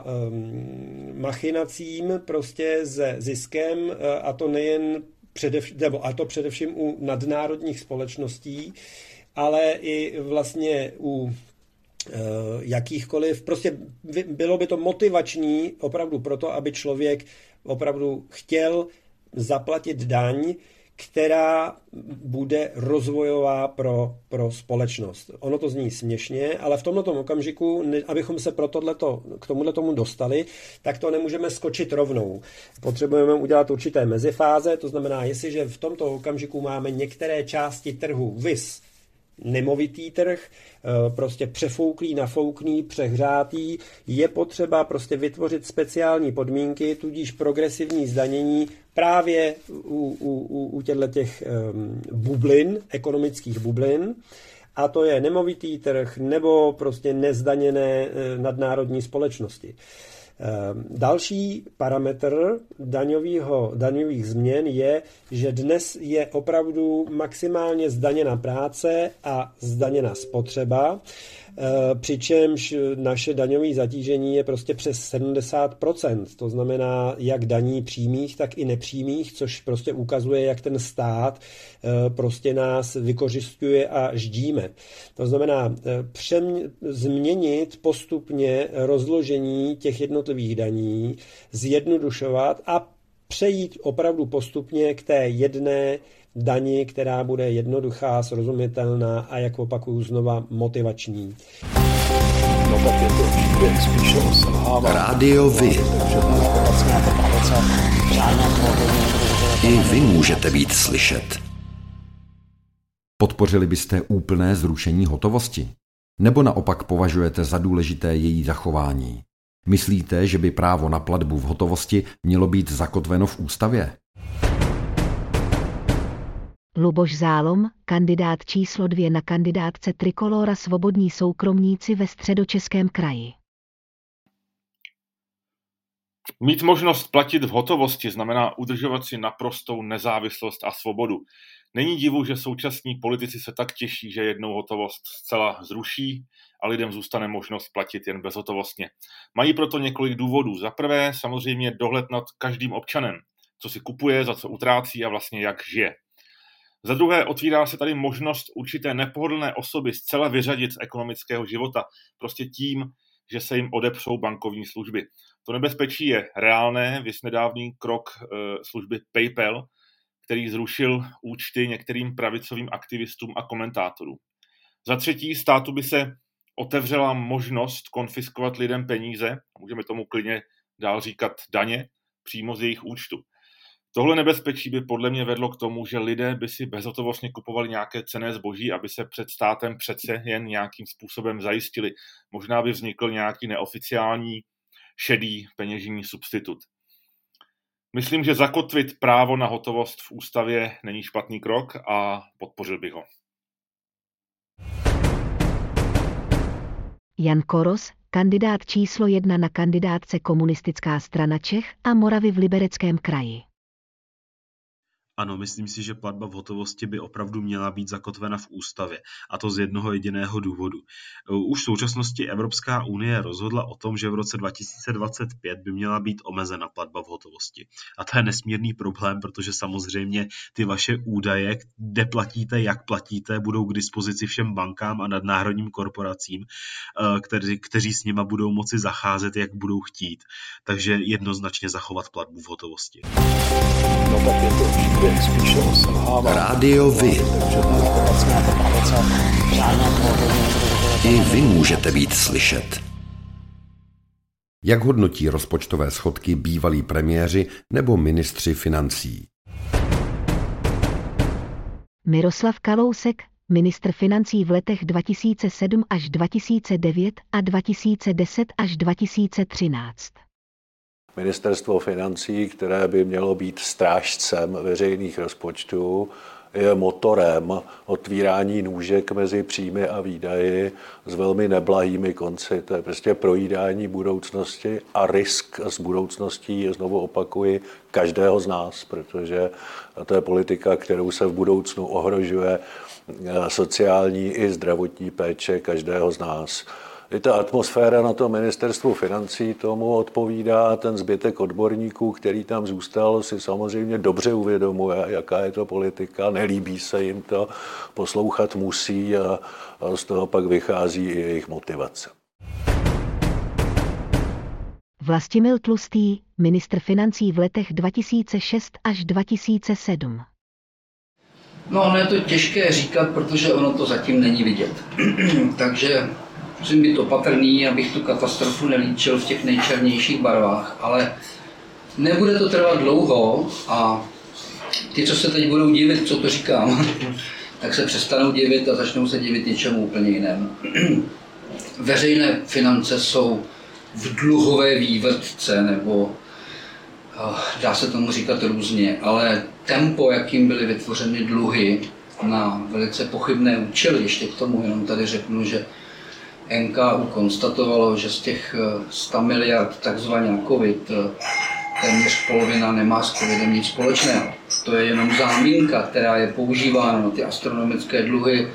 machinacím prostě se ziskem, a to nejen především u nadnárodních společností, ale i vlastně u jakýchkoliv, prostě bylo by to motivační opravdu proto, aby člověk opravdu chtěl zaplatit daň, která bude rozvojová pro společnost. Ono to zní směšně, ale v tomto okamžiku, abychom se k tomu dostali, tak to nemůžeme skočit rovnou. Potřebujeme udělat určité mezifáze, to znamená, jestliže v tomto okamžiku máme některé části trhu vis nemovitý trh, prostě přefouklý, nafoukný, přehřátý, je potřeba prostě vytvořit speciální podmínky, tudíž progresivní zdanění právě u těch bublin, ekonomických bublin, a to je nemovitý trh nebo prostě nezdaněné nadnárodní společnosti. Další parametr daňových změn je, že dnes je opravdu maximálně zdaněna práce a zdaněna spotřeba, přičemž naše daňové zatížení je prostě přes 70%. To znamená jak daní přímých, tak i nepřímých, což prostě ukazuje, jak ten stát prostě nás vykořisťuje a ždíme. To znamená změnit postupně rozložení těch jednotlivých daní, zjednodušovat a přejít opravdu postupně k té jedné dani, která bude jednoduchá, srozumitelná a, jak opakuju znova, motivační. No tak je to spíše oselhává. Rádio Vy. I vy můžete být slyšet. Podpořili byste úplné zrušení hotovosti? Nebo naopak považujete za důležité její zachování? Myslíte, že by právo na platbu v hotovosti mělo být zakotveno v ústavě? Luboš Zálom, kandidát číslo 2 na kandidátce Trikolóra Svobodní soukromníci ve Středočeském kraji. Mít možnost platit v hotovosti znamená udržovat si naprostou nezávislost a svobodu. Není divu, že současní politici se tak těší, že jednou hotovost zcela zruší a lidem zůstane možnost platit jen bezhotovostně. Mají proto několik důvodů. Za prvé samozřejmě dohled nad každým občanem, co si kupuje, za co utrácí a vlastně jak žije. Za druhé otvírá se tady možnost určité nepohodlné osoby zcela vyřadit z ekonomického života, prostě tím, že se jim odepřou bankovní služby. To nebezpečí je reálné, viz nedávný krok služby PayPal, který zrušil účty některým pravicovým aktivistům a komentátorům. Za třetí, státu by se otevřela možnost konfiskovat lidem peníze, můžeme tomu klidně dál říkat daně, přímo z jejich účtu. Tohle nebezpečí by podle mě vedlo k tomu, že lidé by si bezhotovostně kupovali nějaké cenné zboží, aby se před státem přece jen nějakým způsobem zajistili. Možná by vznikl nějaký neoficiální šedý peněžní substitut. Myslím, že zakotvit právo na hotovost v ústavě není špatný krok a podpořil bych ho. Jan Koros, kandidát číslo 1 na kandidátce Komunistická strana Čech a Moravy v Libereckém kraji. Ano, myslím si, že platba v hotovosti by opravdu měla být zakotvena v ústavě, a to z jednoho jediného důvodu. Už v současnosti Evropská unie rozhodla o tom, že v roce 2025 by měla být omezena platba v hotovosti. A to je nesmírný problém, protože samozřejmě ty vaše údaje, kde platíte, jak platíte, budou k dispozici všem bankám a nadnárodním korporacím, kteří s nima budou moci zacházet, jak budou chtít. Takže jednoznačně zachovat platbu v hotovosti. No tak je to spíše oselhává. Rádio Vy. I vy můžete být slyšet. Jak hodnotí rozpočtové schodky bývalí premiéři nebo ministři financí? Miroslav Kalousek, ministr financí v letech 2007 až 2009 a 2010 až 2013. Ministerstvo financí, které by mělo být strážcem veřejných rozpočtů, je motorem otvírání nůžek mezi příjmy a výdaji s velmi neblahými konci. To je prostě projídání budoucnosti a risk s budoucností, znovu opakuji, každého z nás, protože to je politika, kterou se v budoucnu ohrožuje sociální i zdravotní péče každého z nás. I ta atmosféra na tom ministerstvu financí tomu odpovídá, ten zbytek odborníků, který tam zůstal, si samozřejmě dobře uvědomuje, jaká je to politika, nelíbí se jim to, poslouchat musí a z toho pak vychází i jejich motivace. Vlastimil Tlustý, ministr financí v letech 2006 až 2007. No, ono je to těžké říkat, protože ono to zatím není vidět. Takže musím být opatrný, abych tu katastrofu nelíčil v těch nejčernějších barvách, ale nebude to trvat dlouho a ty, co se teď budou divit, co to říkám, tak se přestanou divit a začnou se divit něčemu úplně jinému. Veřejné finance jsou v dluhové vývrtce, nebo dá se tomu říkat různě, ale tempo, jakým byly vytvořeny dluhy na velice pochybné účely, ještě k tomu jenom tady řeknu, že NKÚ konstatovalo, že z těch 100 miliard takzvaně na COVID téměř polovina nemá s covidem nic společného. To je jenom záminka, která je používána na ty astronomické dluhy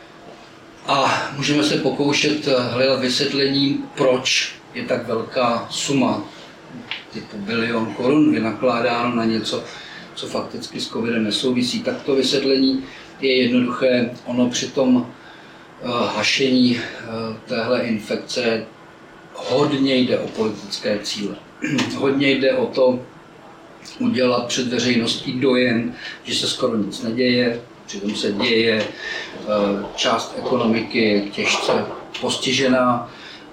a můžeme se pokoušet hledat vysvětlení, proč je tak velká suma, typu bilion korun, vynakládáno na něco, co fakticky s covidem nesouvisí. Tak to vysvětlení je jednoduché, ono při tom hašení téhle infekce hodně jde o politické cíle. Hodně jde o to udělat před veřejností dojem, že se skoro nic neděje, přitom se děje, část ekonomiky je těžce postižená.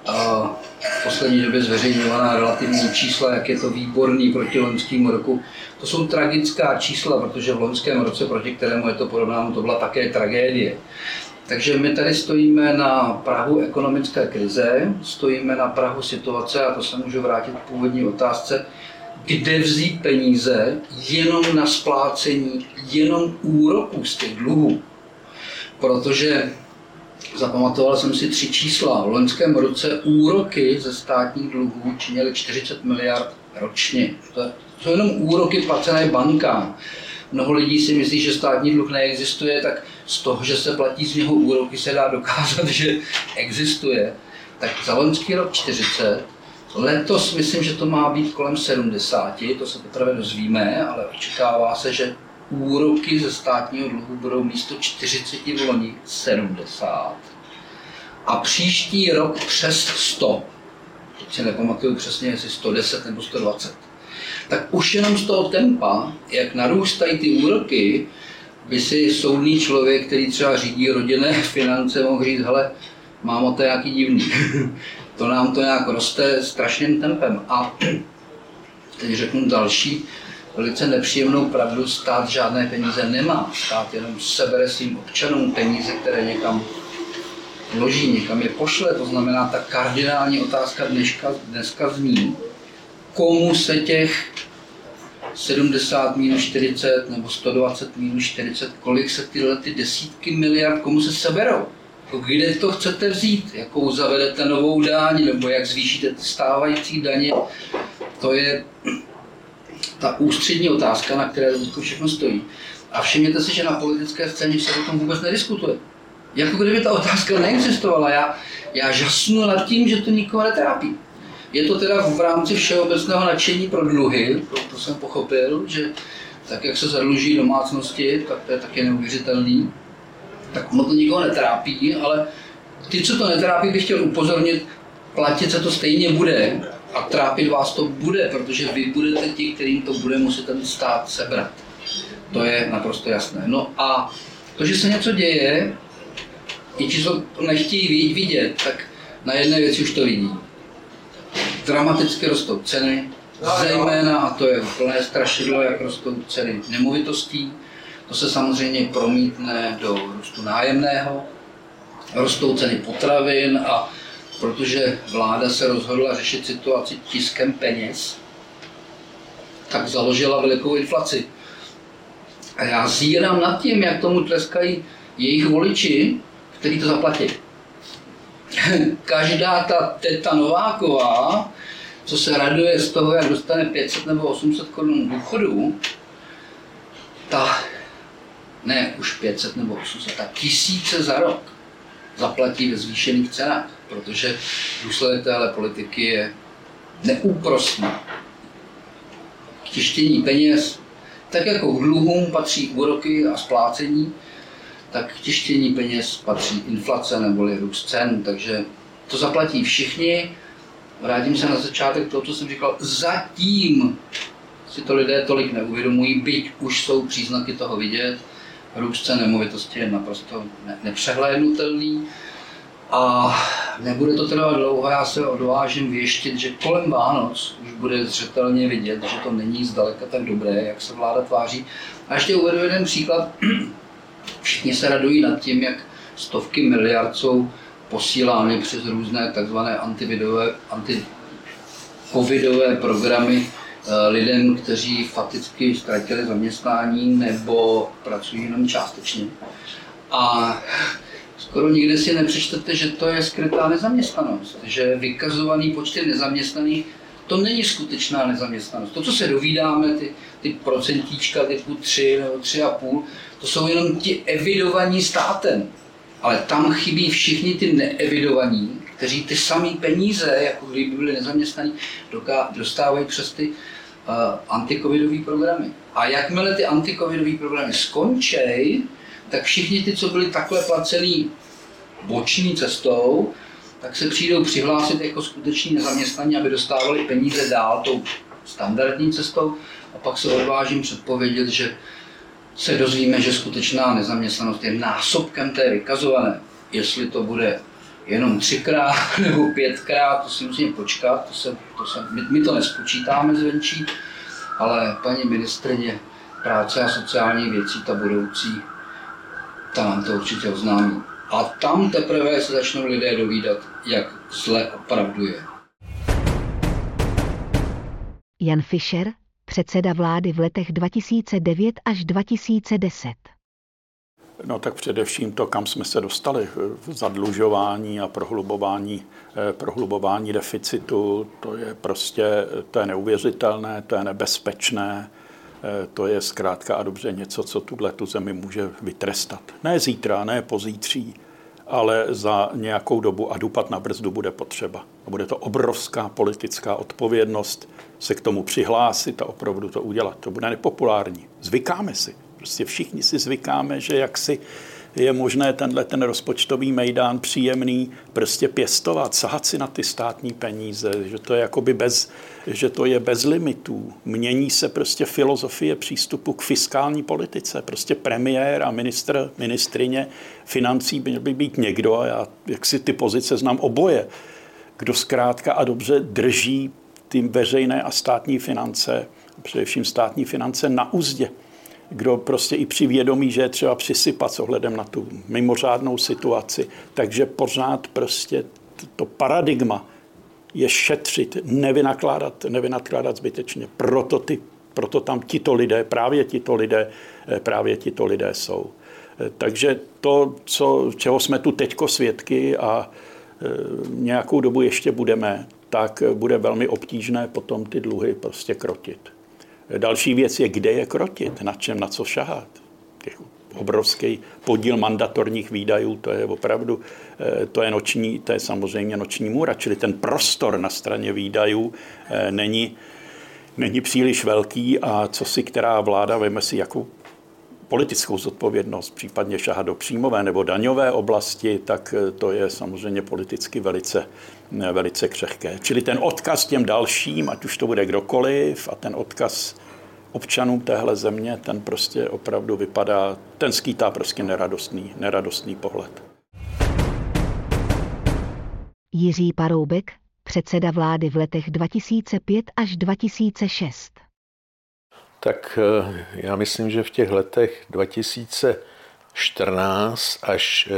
V poslední době zveřejňovaná relativní čísla, jak je to výborný proti loňskému roku. To jsou tragická čísla, protože v loňském roce, proti kterému je to porovnáno, to byla také tragédie. Takže my tady stojíme na prahu ekonomické krize, stojíme na prahu situace, a to se můžu vrátit k původní otázce, kde vzít peníze jenom na splácení, jenom úroků z těch dluhů. Protože zapamatoval jsem si 3 čísla. V loňském roce úroky ze státních dluhů činily 40 miliard ročně. To jsou jenom úroky placené bankám. Mnoho lidí si myslí, že státní dluh neexistuje, tak z toho, že se platí z něho úroky, se dá dokázat, že existuje. Tak za loňský rok 40, letos myslím, že to má být kolem 70, to se teprve dozvíme, ale očekává se, že úroky ze státního dluhu budou místo 40 v loni 70. A příští rok přes 100. Teď si nepamatuju přesně, jestli 110 nebo 120. Tak už jenom z toho tempa, jak narůstají ty úroky, by si soudný člověk, který třeba řídí rodinné finance, mohl říct, hele, mámo, to je nějaký divný. To nám to nějak roste strašným tempem. A teď řeknu další, velice nepříjemnou pravdu, stát žádné peníze nemá. Stát jenom sebere svým občanům peníze, které někam vloží, někam je pošle. To znamená, ta kardinální otázka dneska zní, komu se těch 70 minus 40 nebo 120 minus 40, kolik se tyhle ty desítky miliard, komu se seberou? Kde to chcete vzít? Jakou zavedete novou daň, nebo jak zvýšíte ty stávající daně? To je ta ústřední otázka, na které to všechno stojí. A všimněte si, že na politické scéně se o tom vůbec nediskutuje. Jako kdyby ta otázka neexistovala. Já žasnu nad tím, že to nikoho netrápí. Je to teda v rámci všeobecného nadšení pro dluhy, to jsem pochopil, že tak, jak se zadluží domácnosti, tak to je taky neuvěřitelný. Tak ono to nikoho netrápí, ale ty, co to netrápí, bych chtěl upozornit, platit se to stejně bude a trápit vás to bude, protože vy budete ti, kterým to bude muset ten stát sebrat. To je naprosto jasné. No a to, že se něco děje, i ti, co to nechtějí vidět, tak na jedné věci už to vidí. Dramaticky rostou ceny, zejména, a to je úplné strašidlo, jak rostou ceny nemovitostí. To se samozřejmě promítne do růstu nájemného, rostou ceny potravin a protože vláda se rozhodla řešit situaci tiskem peněz, tak založila velikou inflaci. A já zírám nad tím, jak tomu tleskají jejich voliči, kteří to zaplatí. Každá ta teta Nováková, co se raduje z toho, jak dostane 500 nebo 800 korun důchodu, ta, ne už 500 nebo 800, ta tisíce za rok zaplatí ve zvýšených cenách, protože důsledek téhle politiky je neúprosný. K tištění peněz, tak jako k dluhům patří úroky a splácení, tak k tištění peněz patří inflace neboli růst cen, takže to zaplatí všichni. Vrátím se na začátek toho, co jsem říkal. Zatím si to lidé tolik neuvědomují, byť už jsou příznaky toho vidět. Růst cen nemovitosti je naprosto nepřehlédnutelný a nebude to trvat dlouho. Já se odvážím věštit, že kolem Vánoc už bude zřetelně vidět, že to není zdaleka tak dobré, jak se vláda tváří. A ještě uvedu jeden příklad. Všichni se radují nad tím, jak stovky miliard jsou posílány přes různé takzvané anti-covidové programy lidem, kteří fakticky ztratili zaměstnání nebo pracují jenom částečně. A skoro nikde si nepřečtete, že to je skrytá nezaměstnanost, že vykazovaný počty nezaměstnaných, to není skutečná nezaměstnanost. To, co se dovídáme, ty procentíčka typu 3 nebo 3,5, to jsou jenom ti evidovaní státem. Ale tam chybí všichni ty neevidovaní, kteří ty samé peníze, jako kdyby byli nezaměstnaní, dostávají přes ty antikovidové programy. A jakmile ty antikovidové programy skončí, tak všichni ty, co byli takhle placený boční cestou, tak se přijdou přihlásit jako skuteční nezaměstnaní, aby dostávali peníze dál tou standardní cestou. A pak se odvážím předpovědět, že se dozvíme, že skutečná nezaměstnanost je násobkem té vykazované. Jestli to bude jenom 3krát nebo 5krát, to si musíme počkat, my to nespočítáme zvenčí, ale paní ministryně práce a sociální věcí, ta budoucí, ta nám to určitě oznámí. A tam teprve se začnou lidé dovídat, jak zle opravdu je. Jan Fischer, předseda vlády v letech 2009 až 2010. No tak především to, kam jsme se dostali v zadlužování a prohlubování deficitu, to je to je neuvěřitelné, to je nebezpečné, to je zkrátka a dobře něco, co tu zemi může vytrestat. Ne zítra, ne pozítří, ale za nějakou dobu a dupat na brzdu bude potřeba. A bude to obrovská politická odpovědnost se k tomu přihlásit a opravdu to udělat. To bude nepopulární. Zvykáme si. Prostě všichni si zvykáme, že jaksi je možné ten rozpočtový mejdán příjemný prostě pěstovat, sahat si na ty státní peníze, že to je jakoby že to je bez limitů. Mění se prostě filozofie přístupu k fiskální politice. Prostě premiér a ministryně financí by měl být někdo, a já jaksi ty pozice znám oboje, kdo zkrátka a dobře drží ty veřejné a státní finance, především státní finance na uzdě. Kdo prostě i při vědomí, že je třeba přisypat s ohledem na tu mimořádnou situaci. Takže pořád prostě to paradigma je šetřit, nevynakládat zbytečně. Proto tam právě tito lidé jsou. Takže to, čeho jsme tu teďko svědky a nějakou dobu ještě budeme, tak bude velmi obtížné potom ty dluhy prostě krotit. Další věc je, kde je krotit, na co šahat. Obrovský podíl mandatorních výdajů, to je opravdu, to je samozřejmě noční můra, čili ten prostor na straně výdajů není příliš velký a co si která vláda veme si jakou politickou zodpovědnost, případně šahat do příjmové nebo daňové oblasti, tak to je samozřejmě politicky velice křehké. Čili ten odkaz těm dalším, ať už to bude kdokoliv, a ten odkaz občanům téhle země, ten prostě opravdu vypadá, ten skýtá prostě neradostný pohled. Jiří Paroubek, předseda vlády v letech 2005 až 2006. Tak já myslím, že v těch letech 2014 až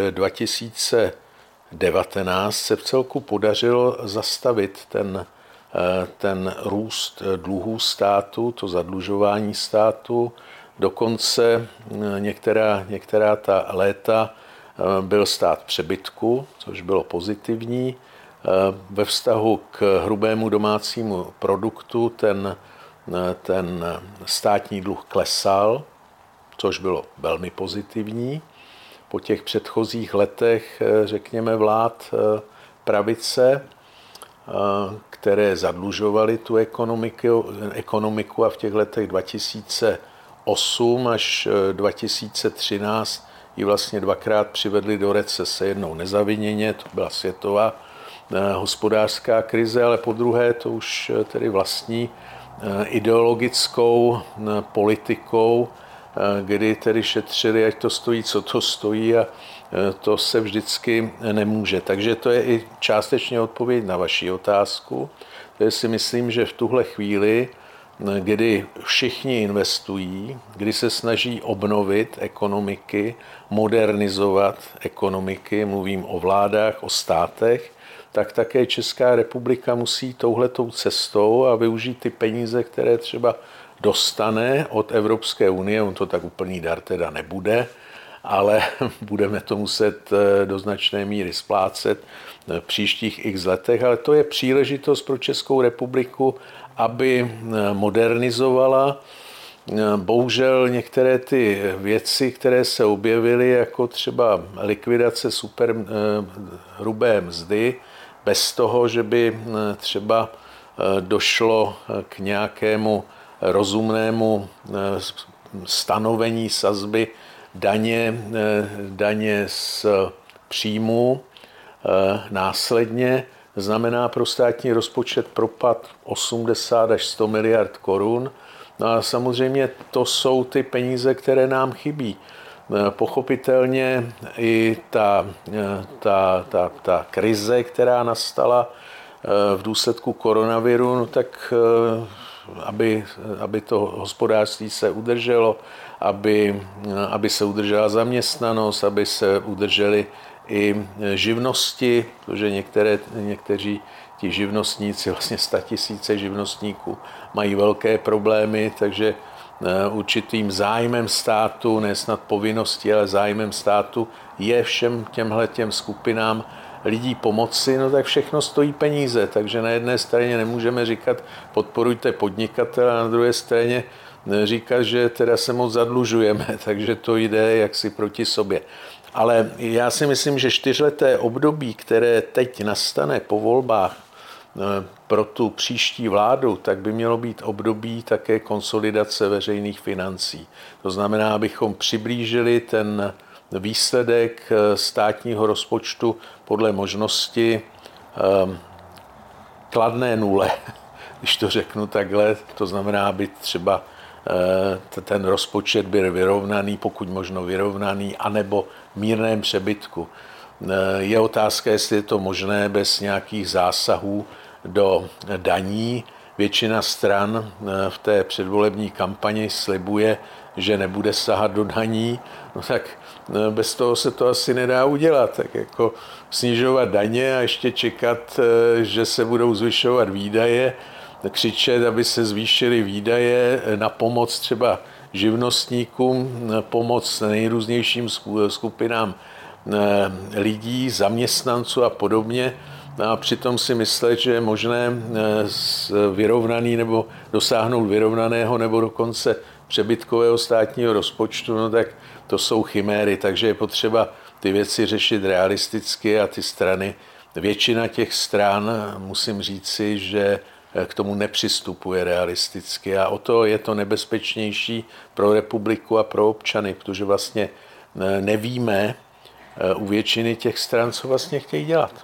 2019 se vcelku podařilo zastavit ten růst dluhů státu, to zadlužování státu. dokonce některá ta léta byl stát v přebytku, což bylo pozitivní. Ve vztahu k hrubému domácímu produktu ten státní dluh klesal, což bylo velmi pozitivní. Po těch předchozích letech, řekněme, vlád pravice, které zadlužovaly tu ekonomiku a v těch letech 2008 až 2013 ji vlastně dvakrát přivedli do recese. Jednou nezaviněně, to byla světová hospodářská krize, ale po druhé to už tedy vlastní ideologickou politikou, kdy tedy šetřili, ať to stojí, co to stojí, a to se vždycky nemůže. Takže to je i částečně odpověď na vaši otázku. Takže si myslím, že v tuhle chvíli, kdy všichni investují, kdy se snaží obnovit ekonomiky, modernizovat ekonomiky, mluvím o vládách, o státech, tak také Česká republika musí touhletou cestou a využít ty peníze, které třeba dostane od Evropské unie, on to tak úplný dar teda nebude, ale budeme to muset do značné míry splácet v příštích x letech, ale to je příležitost pro Českou republiku, aby modernizovala. Bohužel některé ty věci, které se objevily, jako třeba likvidace superhrubé mzdy, bez toho, že by třeba došlo k nějakému rozumnému stanovení sazby daně z příjmu následně, znamená pro státní rozpočet propad 80 až 100 miliard korun. No a samozřejmě to jsou ty peníze, které nám chybí. Pochopitelně i ta krize, která nastala v důsledku koronaviru, no tak aby to hospodářství se udrželo, aby se udržela zaměstnanost, aby se udržely i živnosti, protože někteří ti živnostníci, vlastně 100 000 živnostníků, mají velké problémy, takže určitým zájmem státu, ne snad povinností, ale zájmem státu je všem těm skupinám lidí pomoci, no tak všechno stojí peníze, takže na jedné straně nemůžeme říkat podporujte podnikatele, a na druhé straně říkat, že teda se moc zadlužujeme, takže to jde jaksi proti sobě. Ale já si myslím, že 4leté období, které teď nastane po volbách pro tu příští vládu, tak by mělo být období také konsolidace veřejných financí. To znamená, abychom přiblížili ten výsledek státního rozpočtu podle možnosti kladné nule, když to řeknu takhle. To znamená, aby třeba ten rozpočet byl vyrovnaný, pokud možno vyrovnaný, anebo v mírném přebytku. Je otázka, jestli je to možné bez nějakých zásahů do daní. Většina stran v té předvolební kampani slibuje, že nebude sahat do daní, no tak bez toho se to asi nedá udělat. Tak jako snižovat daně a ještě čekat, že se budou zvyšovat výdaje, křičet, aby se zvýšily výdaje na pomoc třeba živnostníkům, pomoc nejrůznějším skupinám lidí, zaměstnanců a podobně. A přitom si myslet, že je možné vyrovnaný nebo dosáhnout vyrovnaného nebo dokonce přebytkového státního rozpočtu, no tak to jsou chiméry, takže je potřeba ty věci řešit realisticky a ty strany, většina těch stran, musím říci, že k tomu nepřistupuje realisticky a o to je to nebezpečnější pro republiku a pro občany, protože vlastně nevíme u většiny těch stran, co vlastně chtějí dělat.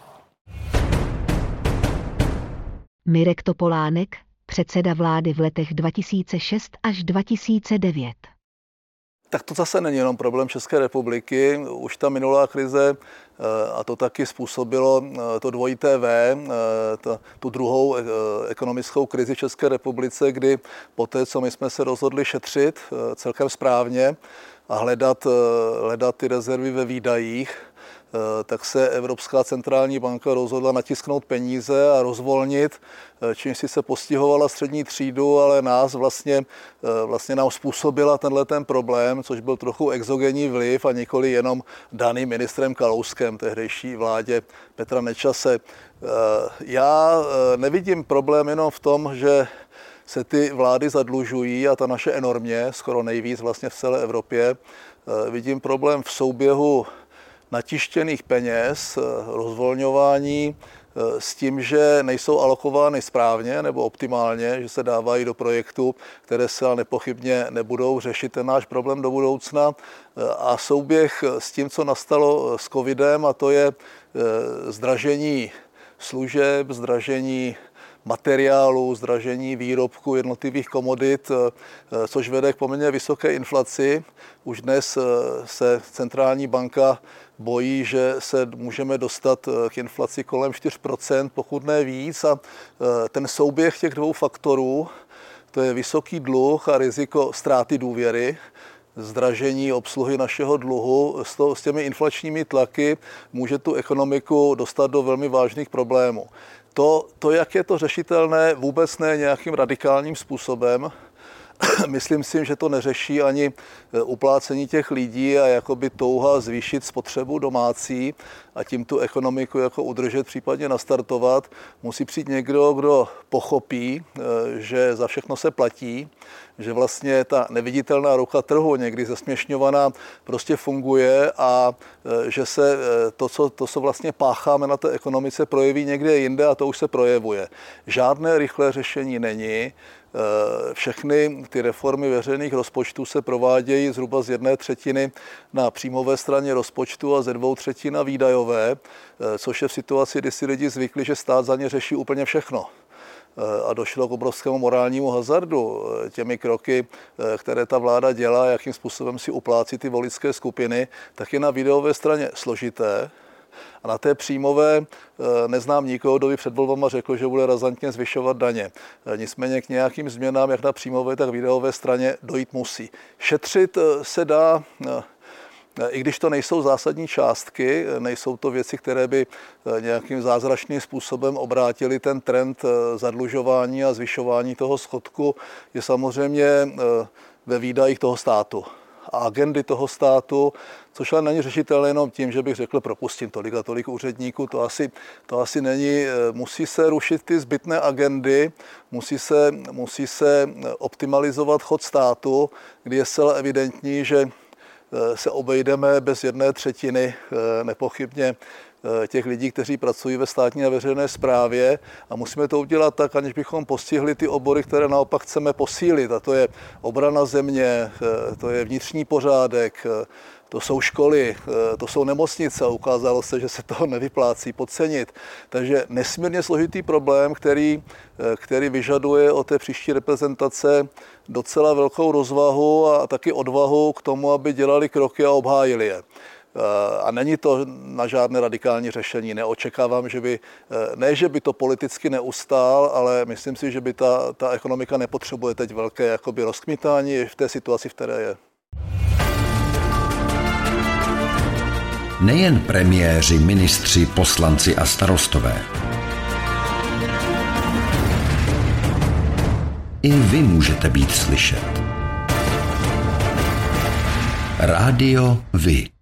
Mirek Topolánek, předseda vlády v letech 2006 až 2009. Tak to zase není jenom problém České republiky. Už ta minulá krize, a to taky způsobilo to dvojité V, tu druhou ekonomickou krizi v České republice, kdy poté, co my jsme se rozhodli šetřit celkem správně a hledat ty rezervy ve výdajích, tak se Evropská centrální banka rozhodla natisknout peníze a rozvolnit, čímž si se postihovala střední třídu, ale nás vlastně nám způsobila ten problém, což byl trochu exogenní vliv a nikoli jenom daný ministrem Kalouskem tehdejší vládě Petra Nečase. Já nevidím problém jenom v tom, že se ty vlády zadlužují a ta naše enormně, skoro nejvíc vlastně v celé Evropě. Vidím problém v souběhu natištěných peněz, rozvolňování s tím, že nejsou alokovány správně nebo optimálně, že se dávají do projektů, které se ale nepochybně nebudou řešit ten náš problém do budoucna. A souběh s tím, co nastalo s covidem, a to je zdražení služeb, zdražení materiálů, zdražení výrobků jednotlivých komodit, což vede k poměrně vysoké inflaci. Už dnes se centrální banka bojí, že se můžeme dostat k inflaci kolem 4%, pokud ne víc. A ten souběh těch dvou faktorů, to je vysoký dluh a riziko ztráty důvěry, zdražení obsluhy našeho dluhu s těmi inflačními tlaky může tu ekonomiku dostat do velmi vážných problémů. To, jak je to řešitelné, vůbec ne nějakým radikálním způsobem. Myslím si, že to neřeší ani uplácení těch lidí a jakoby touha zvýšit spotřebu domácí a tím tu ekonomiku jako udržet, případně nastartovat. Musí přijít někdo, kdo pochopí, že za všechno se platí, že vlastně ta neviditelná ruka trhu, někdy zesměšňovaná, prostě funguje a že se to, co vlastně pácháme na té ekonomice, projeví někde jinde a to už se projevuje. Žádné rychlé řešení není. Všechny ty reformy veřejných rozpočtů se provádějí zhruba z 1/3 na příjmové straně rozpočtu a ze 2/3 na výdajové, což je v situaci, kdy si lidi zvykli, že stát za ně řeší úplně všechno. A došlo k obrovskému morálnímu hazardu těmi kroky, které ta vláda dělá, jakým způsobem si uplácí ty voličské skupiny, tak je na výdajové straně složité. A na té příjmové neznám nikoho, kdo by před volbama řekl, že bude razantně zvyšovat daně. Nicméně k nějakým změnám, jak na příjmové, tak výdajové straně dojít musí. Šetřit se dá, i když to nejsou zásadní částky, nejsou to věci, které by nějakým zázračným způsobem obrátily ten trend zadlužování a zvyšování toho schodku, je samozřejmě ve výdajích toho státu a agendy toho státu, což ale není řešitelné jenom tím, že bych řekl, propustím tolik a tolik úředníků, to asi není. Musí se rušit ty zbytné agendy, musí se optimalizovat chod státu, kdy je zcela evidentní, že se obejdeme bez 1/3 nepochybně těch lidí, kteří pracují ve státní a veřejné správě a musíme to udělat tak, aniž bychom postihli ty obory, které naopak chceme posílit. A to je obrana země, to je vnitřní pořádek, to jsou školy, to jsou nemocnice a ukázalo se, že se toho nevyplácí podcenit. Takže nesmírně složitý problém, který vyžaduje od té příští reprezentace docela velkou rozvahu a taky odvahu k tomu, aby dělali kroky a obhájili je. A není to na žádné radikální řešení. Neočekávám, že by to politicky neustál, ale myslím si, že by ta ekonomika nepotřebuje teď velké jakoby rozkmitání v té situaci, v které je. Nejen premiéři, ministři, poslanci a starostové. I vy můžete být slyšet. Rádio Vy.